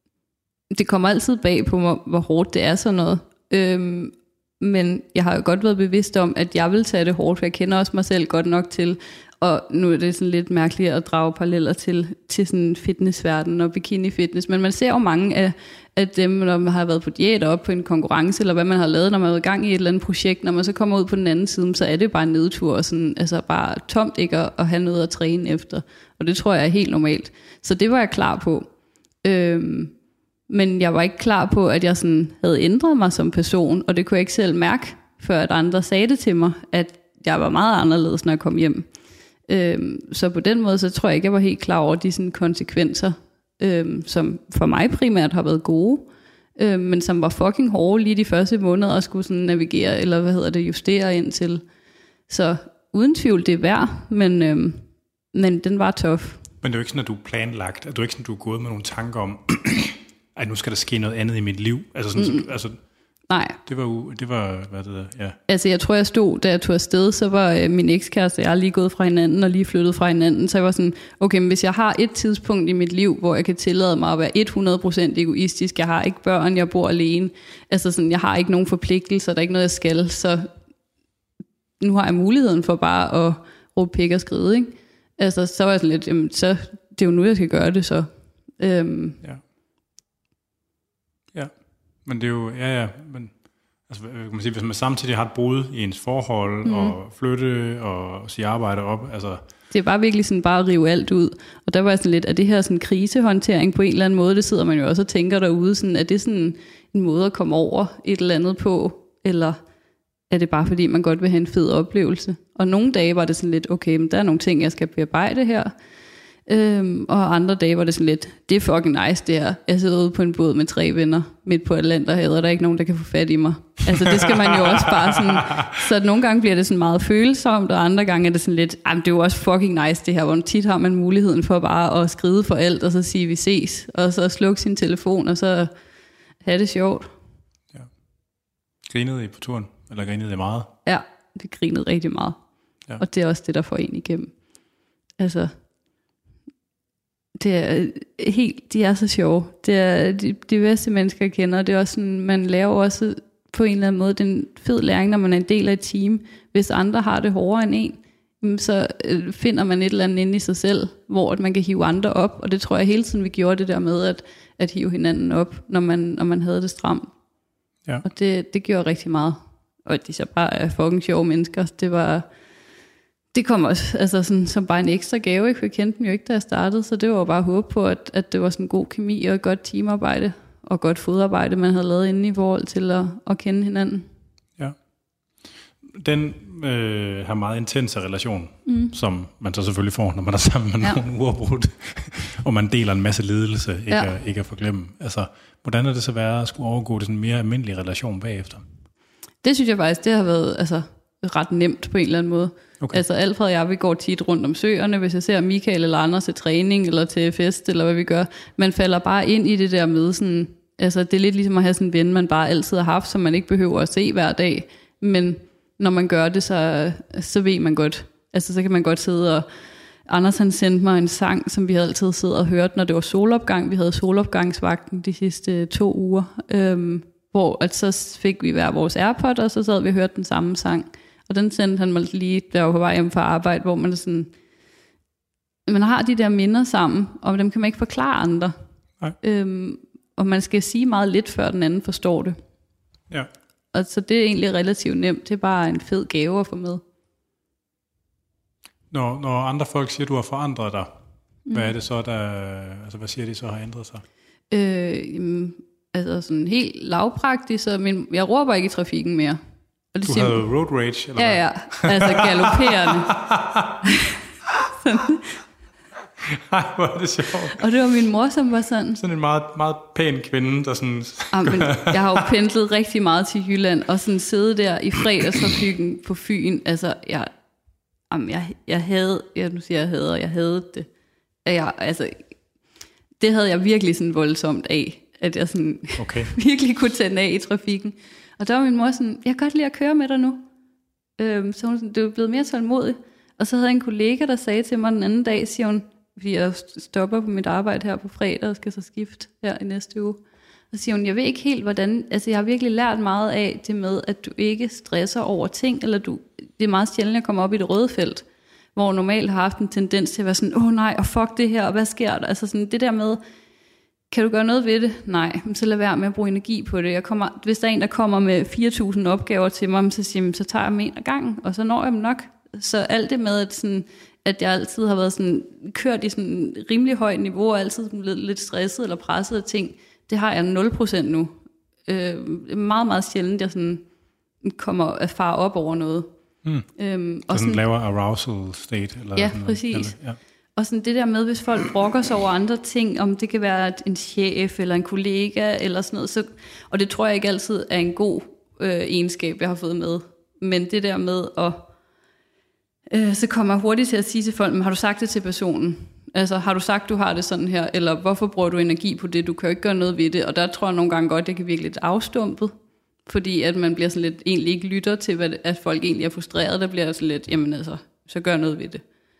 det kommer altid bag på mig, hvor hårdt det er sådan noget. Øhm, men jeg har jo godt været bevidst om, at jeg vil tage det hårdt, for jeg kender også mig selv godt nok til, og nu er det sådan lidt mærkeligt at drage paralleller til, til sådan fitnessverden og bikini fitness, men man ser jo mange af, af dem, når man har været på diæt op på en konkurrence, eller hvad man har lavet, når man er i gang i et eller andet projekt, når man så kommer ud på den anden side, så er det bare en nedtur, og sådan, altså bare tomt ikke at, at have noget at træne efter, og det tror jeg er helt normalt. Så det var jeg klar på. Øhm, men jeg var ikke klar på, at jeg sådan havde ændret mig som person, og det kunne jeg ikke selv mærke, før at andre sagde det til mig, at jeg var meget anderledes, når jeg kom hjem. Øhm, så på den måde, så tror jeg ikke, jeg var helt klar over de sådan konsekvenser, øhm, som for mig primært har været gode, øhm, men som var fucking hårde lige de første måneder, og skulle sådan navigere, eller hvad hedder det, justere ind til. Så uden tvivl, det er værd, men, øhm, men den var tough. Men det er jo ikke sådan, at du er planlagt, at du ikke sådan, at du er gået med nogle tanker om, at nu skal der ske noget andet i mit liv. Altså sådan, mm. altså, nej. Det var jo, det var, hvad det der, ja. Altså jeg tror, jeg stod, da jeg tog afsted, så var øh, min ekskæreste, jeg er lige gået fra hinanden, og lige flyttet fra hinanden, så jeg var sådan, okay, men hvis jeg har et tidspunkt i mit liv, hvor jeg kan tillade mig at være hundrede procent egoistisk, jeg har ikke børn, jeg bor alene, altså sådan, jeg har ikke nogen forpligtelser, der er ikke noget, jeg skal, så nu har jeg muligheden for bare at råbe pik og skride, ikke? Altså, så var jeg sådan lidt, jamen, så det er jo nu, jeg skal gøre det, så. Øhm. Ja. Ja, men det er jo, ja, ja, men altså, kan man sige, hvis man samtidig har et brud i ens forhold, mm. og flytte, og sige arbejde op, altså. Det er bare virkelig sådan bare at rive alt ud, og der var jeg sådan lidt, er det her sådan krisehåndtering på en eller anden måde, det sidder man jo også og tænker derude, sådan, er det sådan en måde at komme over et eller andet på, eller er det bare fordi, man godt vil have en fed oplevelse. Og nogle dage var det sådan lidt, okay, men der er nogle ting, jeg skal bearbejde her. Øhm, og andre dage var det sådan lidt, det er fucking nice det her. Jeg sidder ude på en båd med tre venner midt på Atlanterhavet, og der er ikke nogen, der kan få fat i mig. Altså det skal man jo også bare sådan, så nogle gange bliver det sådan meget følsomt, og andre gange er det sådan lidt, jamen det er jo også fucking nice det her, hvor tit har man muligheden for bare at skride for alt, og så sige vi ses, og så slukke sin telefon, og så have det sjovt. Ja. Grinede I på turen? Eller grinede I meget? Ja, det grinede rigtig meget. Ja. Og det er også det, der får en igennem. Altså, det er helt, de er så sjove. Det er de, de bedste mennesker, jeg kender. Det er også sådan, man lærer også på en eller anden måde den fed læring, når man er en del af et team. Hvis andre har det hårdere end en, så finder man et eller andet inde i sig selv, hvor man kan hive andre op. Og det tror jeg hele tiden, vi gjorde det der med at, at hive hinanden op, når man, når man havde det stramt. Ja. Og det, det gjorde rigtig meget. Og at de så bare er fucking sjove mennesker. Det var, det kom også altså sådan, som bare en ekstra gave, ikke? For jeg kendte dem jo ikke, da jeg startede, så det var bare håb på, at, at det var sådan god kemi og godt teamarbejde og godt fodarbejde, man havde lavet inde i forhold til at, at kende hinanden. Ja. Den øh, har meget intense relation, mm. som man så selvfølgelig får, når man er sammen med ja. nogen uafbrudt, og man deler en masse ledelse, ikke, ja. at, ikke at forglemme. Altså, hvordan er det så været at skulle overgå til sådan en mere almindelig relation bagefter? Det synes jeg faktisk, det har været altså, ret nemt på en eller anden måde. Okay. Altså Alfred og jeg, vi går tit rundt om søerne, hvis jeg ser Michael eller andre til træning, eller til fest, eller hvad vi gør. Man falder bare ind i det der med sådan, altså det er lidt ligesom at have sådan en ven, man bare altid har haft, som man ikke behøver at se hver dag. Men når man gør det, så, så ved man godt. Altså så kan man godt sidde og, Anders han sendte mig en sang, som vi altid siddet og hørt, når det var solopgang. Vi havde solopgangsvagten de sidste to uger. Øhm, hvor at så fik vi hver vores AirPod, og så sad vi og hørte den samme sang. Og den sendte han mig lige, der var på vej hjem fra arbejde, hvor man er sådan, man har de der minder sammen, og dem kan man ikke forklare andre. Øhm, og man skal sige meget lidt, før den anden forstår det. Ja. Og så det er egentlig relativt nemt, det er bare en fed gave at få med. Når, når andre folk siger, at du har forandret dig, mm. hvad er det så, der, altså hvad siger de så har ændret sig? Øh, jamen, altså sådan helt lavpraktisk, så min, jeg råber ikke i trafikken mere. Og det du siger, havde road rage, eller ja, hvad? Ja, altså galopperende. Ej, hvor er det sjovt. Og det var min mor, som var sådan. Sådan en meget, meget pæn kvinde, der sådan... Ah, men jeg har jo pendlet rigtig meget til Jylland, og sådan sidde der i fredagstrafikken på Fyn. Altså, jeg, jamen, jeg, jeg havde, jeg nu siger jeg hader, jeg havde det. Jeg, altså, det havde jeg virkelig sådan voldsomt af, at jeg sådan okay. virkelig kunne tænde af i trafikken. Og der var min mor sådan, jeg kan godt lide at køre med dig nu. Øhm, så hun sådan, det er blevet mere tålmodig. Og så havde jeg en kollega, der sagde til mig den anden dag, siger hun, fordi jeg stopper på mit arbejde her på fredag, og skal så skifte her i næste uge. Og siger hun, jeg ved ikke helt, hvordan, altså jeg har virkelig lært meget af det med, at du ikke stresser over ting, eller du, det er meget sjældent, at jeg kommer op i det røde felt, hvor normalt har haft en tendens til at være sådan, åh oh, nej, og fuck det her, og hvad sker der? Altså sådan det der med, kan du gøre noget ved det? Nej, så lad være med at bruge energi på det. Jeg kommer, hvis der er en, der kommer med fire tusind opgaver til mig, så siger jeg, så tager jeg dem en ad gangen, og så når jeg dem nok. Så alt det med, at, sådan, at jeg altid har været sådan, kørt i sådan rimelig højt niveau, og altid blevet lidt stresset eller presset af ting, det har jeg nul procent nu. Øh, meget, meget sjældent, jeg sådan kommer at fare op over noget. Mm. Øhm, og sådan en lavere arousal state? Eller ja, sådan præcis. Eller, ja. Og sådan det der med, hvis folk brokker sig over andre ting, om det kan være en chef eller en kollega eller sådan noget, så, og det tror jeg ikke altid er en god øh, egenskab, jeg har fået med. Men det der med at, øh, så kommer jeg hurtigt til at sige til folk, men har du sagt det til personen? Altså har du sagt, du har det sådan her, eller hvorfor bruger du energi på det? Du kan jo ikke gøre noget ved det, og der tror jeg nogle gange godt, det kan virke lidt afstumpet, fordi at man bliver sådan lidt, egentlig ikke lytter til, hvad, at folk egentlig er frustreret, der bliver sådan lidt, jamen altså, så gør noget ved det.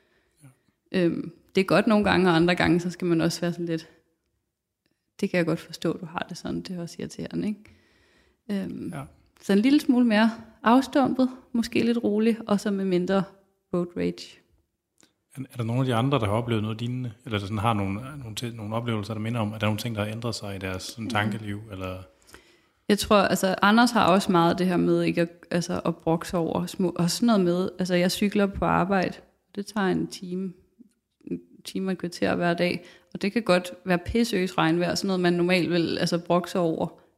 Øhm, det er godt nogle gange, og andre gange, så skal man også være sådan lidt, det kan jeg godt forstå, du har det sådan, det er også irriterende, ikke? Øhm, ja. Så en lille smule mere afstumpet, måske lidt rolig, og så med mindre road rage. Er der nogle af de andre, der har oplevet noget lignende, eller der sådan har nogle, nogle, nogle oplevelser, der minder om, at der er nogle ting, der har ændret sig i deres sådan, tankeliv? Eller? Jeg tror, altså Anders har også meget det her med ikke at, altså, at brokse over små, og sådan noget med, altså jeg cykler på arbejde, det tager en time, en time og et kvarter hver dag, og det kan godt være pisseøs regnvejr, sådan noget man normalt vil altså brokse over,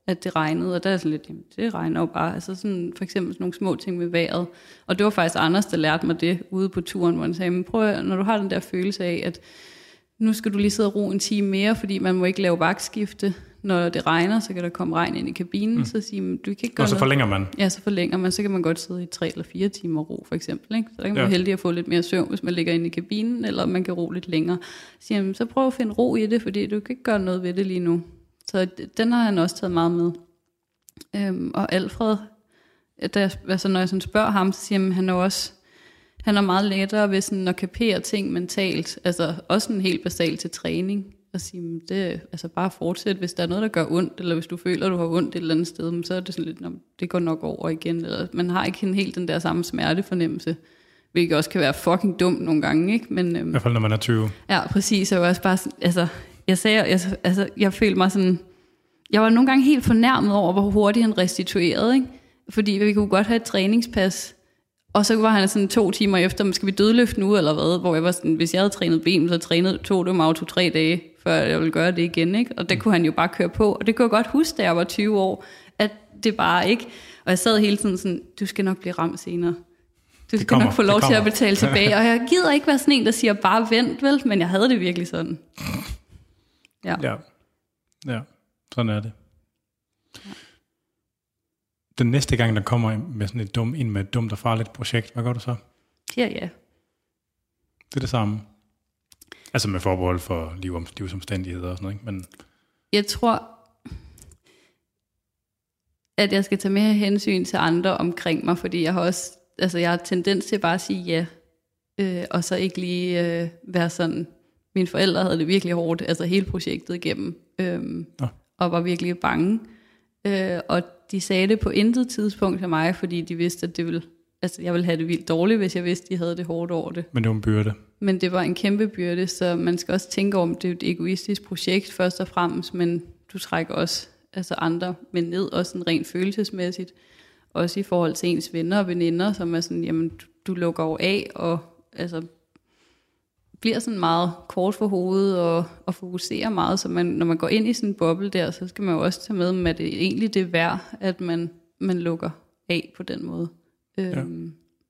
at det regnede, og der er sådan lidt, jamen, det regner jo bare. Altså sådan, for eksempel sådan nogle små ting med vejret. Og det var faktisk Anders, der lærte mig det ude på turen, hvor han sagde, men prøv at, når du har den der følelse af, at nu skal du lige sidde og ro en time mere, fordi man må ikke lave vagtskifte. Når det regner, så kan der komme regn ind i kabinen, mm. så siger man, du kan ikke gøre og så forlænger man. Ja, så forlænger man, så kan man godt sidde i tre eller fire timer ro, for eksempel. Ikke? Så der kan man ja. være heldig at få lidt mere søvn, hvis man ligger inde i kabinen, eller man kan ro lidt længere. Så siger man, så prøv at finde ro i det, fordi du kan ikke gøre noget ved det lige nu. Så den har han også taget meget med. Øhm, og Alfred, der, altså når jeg sådan spørger ham, så siger han, han er også, han er meget lettere ved sådan at kapere ting mentalt, altså også en helt basalt til træning. Og sige, det altså bare fortsæt, hvis der er noget, der gør ondt, eller hvis du føler, du har ondt et eller andet sted, så er det sådan lidt, det går nok over igen. Eller, man har ikke helt den der samme smertefornemmelse, hvilket også kan være fucking dumt nogle gange, ikke? Men, øhm, i hvert fald, når man er tyve. Ja, præcis. Jeg var også bare sådan, altså, jeg sagde, jeg, altså, jeg følte mig sådan, jeg var nogle gange helt fornærmet over, hvor hurtigt han restituerede, ikke? Fordi vi kunne godt have et træningspas, og så var han sådan to timer efter, skal vi dødløfte nu, eller hvad? Hvor jeg var sådan, hvis jeg havde trænet ben, så trænede, tog det mig to tre dage, før jeg ville gøre det igen, ikke? Og det kunne han jo bare køre på. Og det kunne jeg godt huske, da jeg var tyve år, at det bare ikke. Og jeg sad hele tiden sådan, du skal nok blive ramt senere. Du skal kommer, nok få lov til at betale tilbage. Og jeg gider ikke være sådan en, der siger, bare vent, vel? Men jeg havde det virkelig sådan. Ja. Ja, ja. Sådan er det. Ja. Den næste gang, der kommer med sådan et dum, ind med et dumt og farligt projekt, hvad gør du så? Ja, ja. Det er det samme. Altså med forbehold for liv, livsomstændigheder og sådan noget, ikke? Men jeg tror, at jeg skal tage mere hensyn til andre omkring mig, fordi jeg har også, altså jeg har tendens til bare at sige ja, øh, og så ikke lige øh, være sådan, mine forældre havde det virkelig hårdt, altså hele projektet igennem, øh, og var virkelig bange, øh, og de sagde det på intet tidspunkt til mig, fordi de vidste, at det ville, altså jeg ville have det vildt dårligt, hvis jeg vidste, de havde det hårdt over det. Men det var en byrde. Men det var en kæmpe byrde, så man skal også tænke om, det er et egoistisk projekt først og fremmest, men du trækker også altså andre med ned, også sådan rent følelsesmæssigt. Også i forhold til ens venner og veninder, som er sådan, jamen du, du lukker over af, og altså bliver sådan meget kort for hovedet, og, og fokuserer meget, så man, når man går ind i sådan en boble der, så skal man jo også tage med, at det egentlig det er værd, at man, man lukker af på den måde. Ja. Øhm,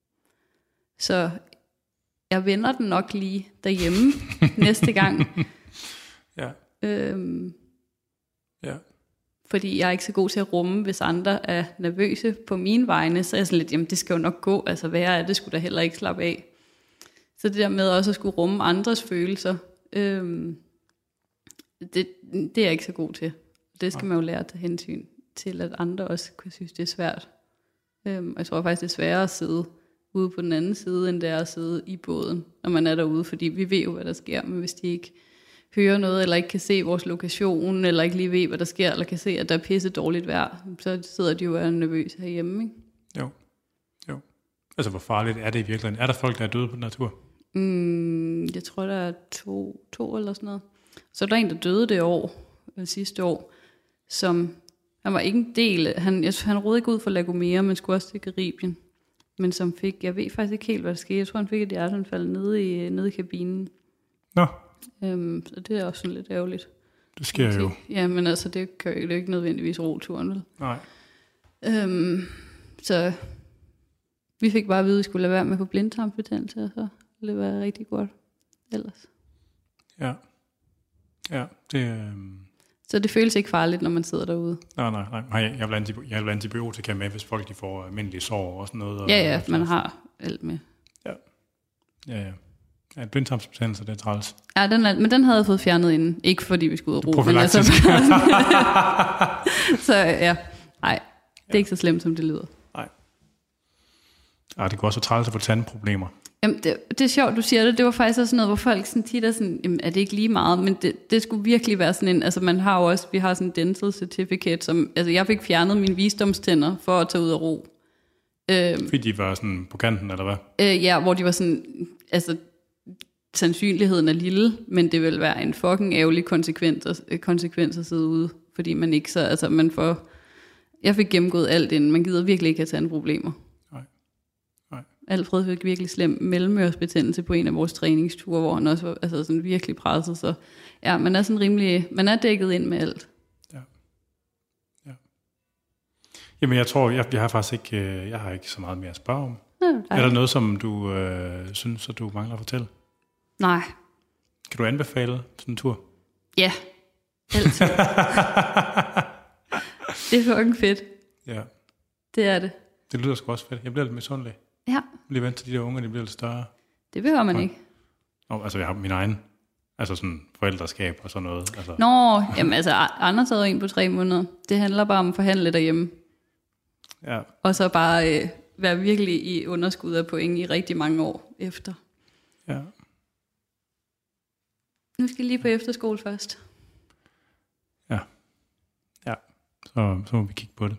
så jeg vender den nok lige derhjemme næste gang. Ja. Øhm, ja. Fordi jeg er ikke så god til at rumme, hvis andre er nervøse på mine vegne, så er jeg sådan lidt, jamen det skal jo nok gå, altså værre er det, skulle da heller ikke slappe af. Så det der med også at skulle rumme andres følelser, øhm, det, det er jeg ikke så god til. Det skal man jo lære at tage hensyn til, at andre også kan synes, det er svært. Øhm, og jeg tror faktisk, det er sværere at sidde ude på den anden side, end det er at sidde i båden, når man er derude, fordi vi ved jo, hvad der sker, men hvis de ikke hører noget, eller ikke kan se vores lokation, eller ikke lige ved, hvad der sker, eller kan se, at der er pisse dårligt vejr, så sidder de jo og er nervøse herhjemme, ikke? Jo, jo. Altså, hvor farligt er det i virkeligheden? Er der folk, der er døde på natur? Mm, jeg tror, der er to, to eller sådan noget. Så er der en, der døde det år, eller sidste år, som, han var ikke en del, han, jeg, han rodede ikke ud for La Gomera, men skulle også til Karibien, men som fik, jeg ved faktisk ikke helt, hvad der skete, jeg tror, han fik et hjerteanfald nede i, nede i kabinen. Nå. Øhm, så det er også sådan lidt ærgerligt. Det sker jo. Ja, men altså, det kan jo ikke nødvendigvis roturen, vel? Nej. Øhm, så vi fik bare at vide, at vi skulle lade være med at få blindtarmsbetændelse, og så ville det være rigtig godt ellers. Ja. Ja, det øh... Så det føles ikke farligt, når man sidder derude? Nej, nej, nej. Jeg, jeg, vil antibi- jeg vil antibiotika med, hvis folk de får almindelige sår og sådan noget. Og ja, ja, man har alt med. Ja, ja, ja. Ja, blindtarmsbetændelse, det er træls. Ja, den er, men den havde jeg fået fjernet inden. Ikke fordi vi skulle ud og ro. Men altså, så ja, nej, det er ja. ikke så slemt, som det lyder. Nej. Ja, det går også træls at få tandproblemer. Jamen, det, det er sjovt, du siger det. Det var faktisk også sådan noget, hvor folk sådan tit er sådan, jamen, er det ikke lige meget? Men det, det skulle virkelig være sådan en, altså man har jo også, vi har sådan en dental certificate, som, altså jeg fik fjernet mine visdomstænder for at tage ud og ro. Øh, fordi de var sådan på kanten, eller hvad? Øh, ja, hvor de var sådan, altså sandsynligheden er lille, men det vil være en fucking ærgerlig konsekvens, konsekvens at sidde ude, fordi man ikke så, altså man får, jeg fik gennemgået alt inden, man gider virkelig ikke have tandproblemer. Nej. Nej. Alfred fik virkelig slem mellemøresbetændelse på en af vores træningsture, hvor han også var altså sådan virkelig presset, så ja, man er sådan rimelig, man er dækket ind med alt. Ja. Ja. Jamen, jeg tror, jeg, jeg har faktisk ikke, øh, jeg har ikke så meget mere at spørge om. Ja, er der noget, som du øh, synes, at du mangler at fortælle? Nej. Kan du anbefale sådan en tur? Ja, altid. Det er fucking fedt. Ja. Det er det. Det lyder sgu også fedt. Jeg bliver lidt misundelig. Ja. Lige vent til de der unger, de bliver lidt større. Det behøver man ja. ikke. Nå, altså jeg har min egen, altså sådan forældreskab og sådan noget. Altså. Nå, jamen altså, Anders havde en på tre måneder. Det handler bare om at forhandle derhjemme. Ja. Og så bare øh, være virkelig i underskud af point i rigtig mange år efter. Ja. Nu skal jeg lige på efterskole først. Ja. Ja, så, så må vi kigge på det.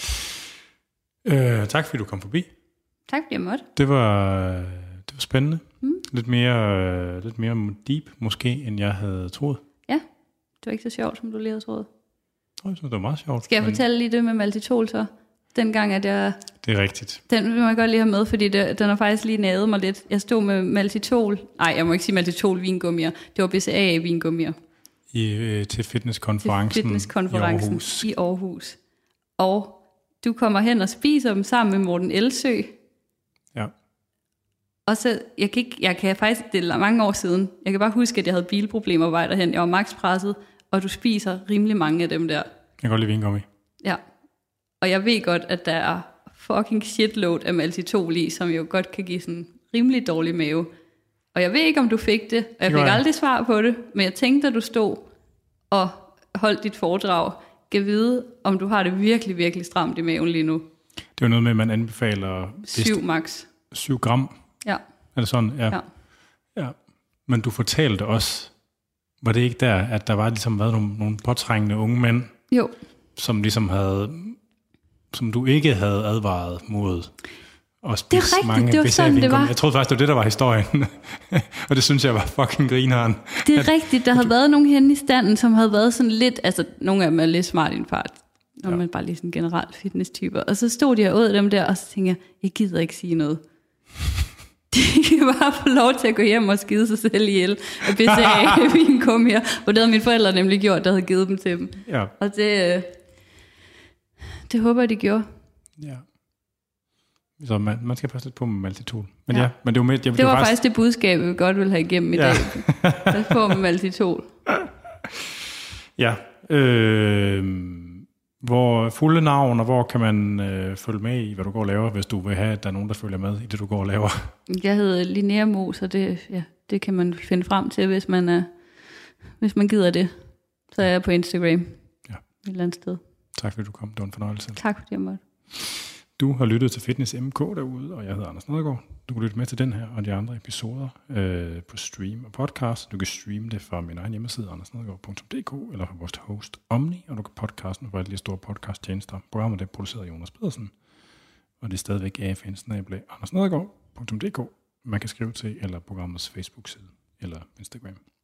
Ja. Øh, tak fordi du kom forbi. Tak fordi jeg måtte. Det var, det var spændende. Mm. Lidt mere, lidt mere deep måske, end jeg havde troet. Ja, det var ikke så sjovt, som du lige havde troet. Jeg synes, det var meget sjovt. Skal jeg men... fortælle lige det med maltitol så? Dengang, at jeg... Det er rigtigt. Den vil man godt lige have med, fordi det, den har faktisk lige naget mig lidt. Jeg stod med maltitol... Nej, jeg må ikke sige maltitol vingummier. Det var B C A A vingummier. I, øh, til fitnesskonferencen, til fitnesskonferencen i Aarhus. i Aarhus. Og du kommer hen og spiser dem sammen med Morten Elsø. Ja. Og så, jeg kan, ikke, jeg kan faktisk, det er mange år siden, jeg kan bare huske, at jeg havde bilproblemer på vej derhen. Jeg var max presset, og du spiser rimelig mange af dem der. Jeg kan godt lide vingummi. Ja. Og jeg ved godt, at der er fucking shitload af maltitol i, som jo godt kan give sådan rimelig dårlig mave. Og jeg ved ikke, om du fik det, og jeg fik jeg. aldrig svar på det, men jeg tænkte, at du stod og holdt dit foredrag, kan vide, om du har det virkelig, virkelig stramt i maven lige nu. Det er jo noget med, at man anbefaler... Syv max. Syv gram. Ja. Er det sådan? Ja. Ja. Ja. Men du fortalte også, var det ikke der, at der var ligesom været nogle, nogle påtrængende unge mænd, jo. som ligesom havde, som du ikke havde advaret mod at spise det er mange rigtigt, det var sådan, det var. Jeg troede faktisk, det var det, der var historien. Og det synes jeg var fucking grineren. Det er at, rigtigt, der havde du... været nogen henne i standen, som havde været sådan lidt, altså nogle af dem er lidt smart i en fart, når ja. man bare lige sådan generelt fitness-typer. Og så stod de og åd dem der, og så tænkte jeg, jeg gider ikke sige noget. De kan bare få lov til at gå hjem og skide sig selv ihjel og B C A A vingummier, for det havde mine forældre nemlig gjort, der havde givet dem til dem. Ja. Og det, det håber jeg, de gjorde. Ja. Så man, man skal passe lidt på med maltitol. Men ja, ja men det var, med, jeg, det, det var, var faktisk faktisk det budskab, vi godt vil have igennem i ja. dag. Pas på med maltitol. Ja. Øh, hvor fulde navn, og hvor kan man øh, følge med i, hvad du går og laver, hvis du vil have, at der er nogen, der følger med i det, du går og laver? Jeg hedder Linnea Moos, og det, ja, det kan man finde frem til, hvis man, er, hvis man gider det. Så er jeg på Instagram. Ja. Et eller andet sted. Tak fordi du kom. Det var en fornøjelse. Tak fordi jeg måtte. Du har lyttet til Fitness M K derude, og jeg hedder Anders Nedergaard. Du kan lytte med til den her og de andre episoder øh, på stream og podcast. Du kan streame det fra min egen hjemmeside, anders nedergaard punktum d k, eller fra vores host Omni, og du kan podcasten fra alle de store podcasttjenester. Programmet er produceret af Jonas Pedersen, og det er stadigvæk A F N snabel-a anders nedergaard punktum d k. Man kan skrive til, eller programmets Facebook-side, eller Instagram.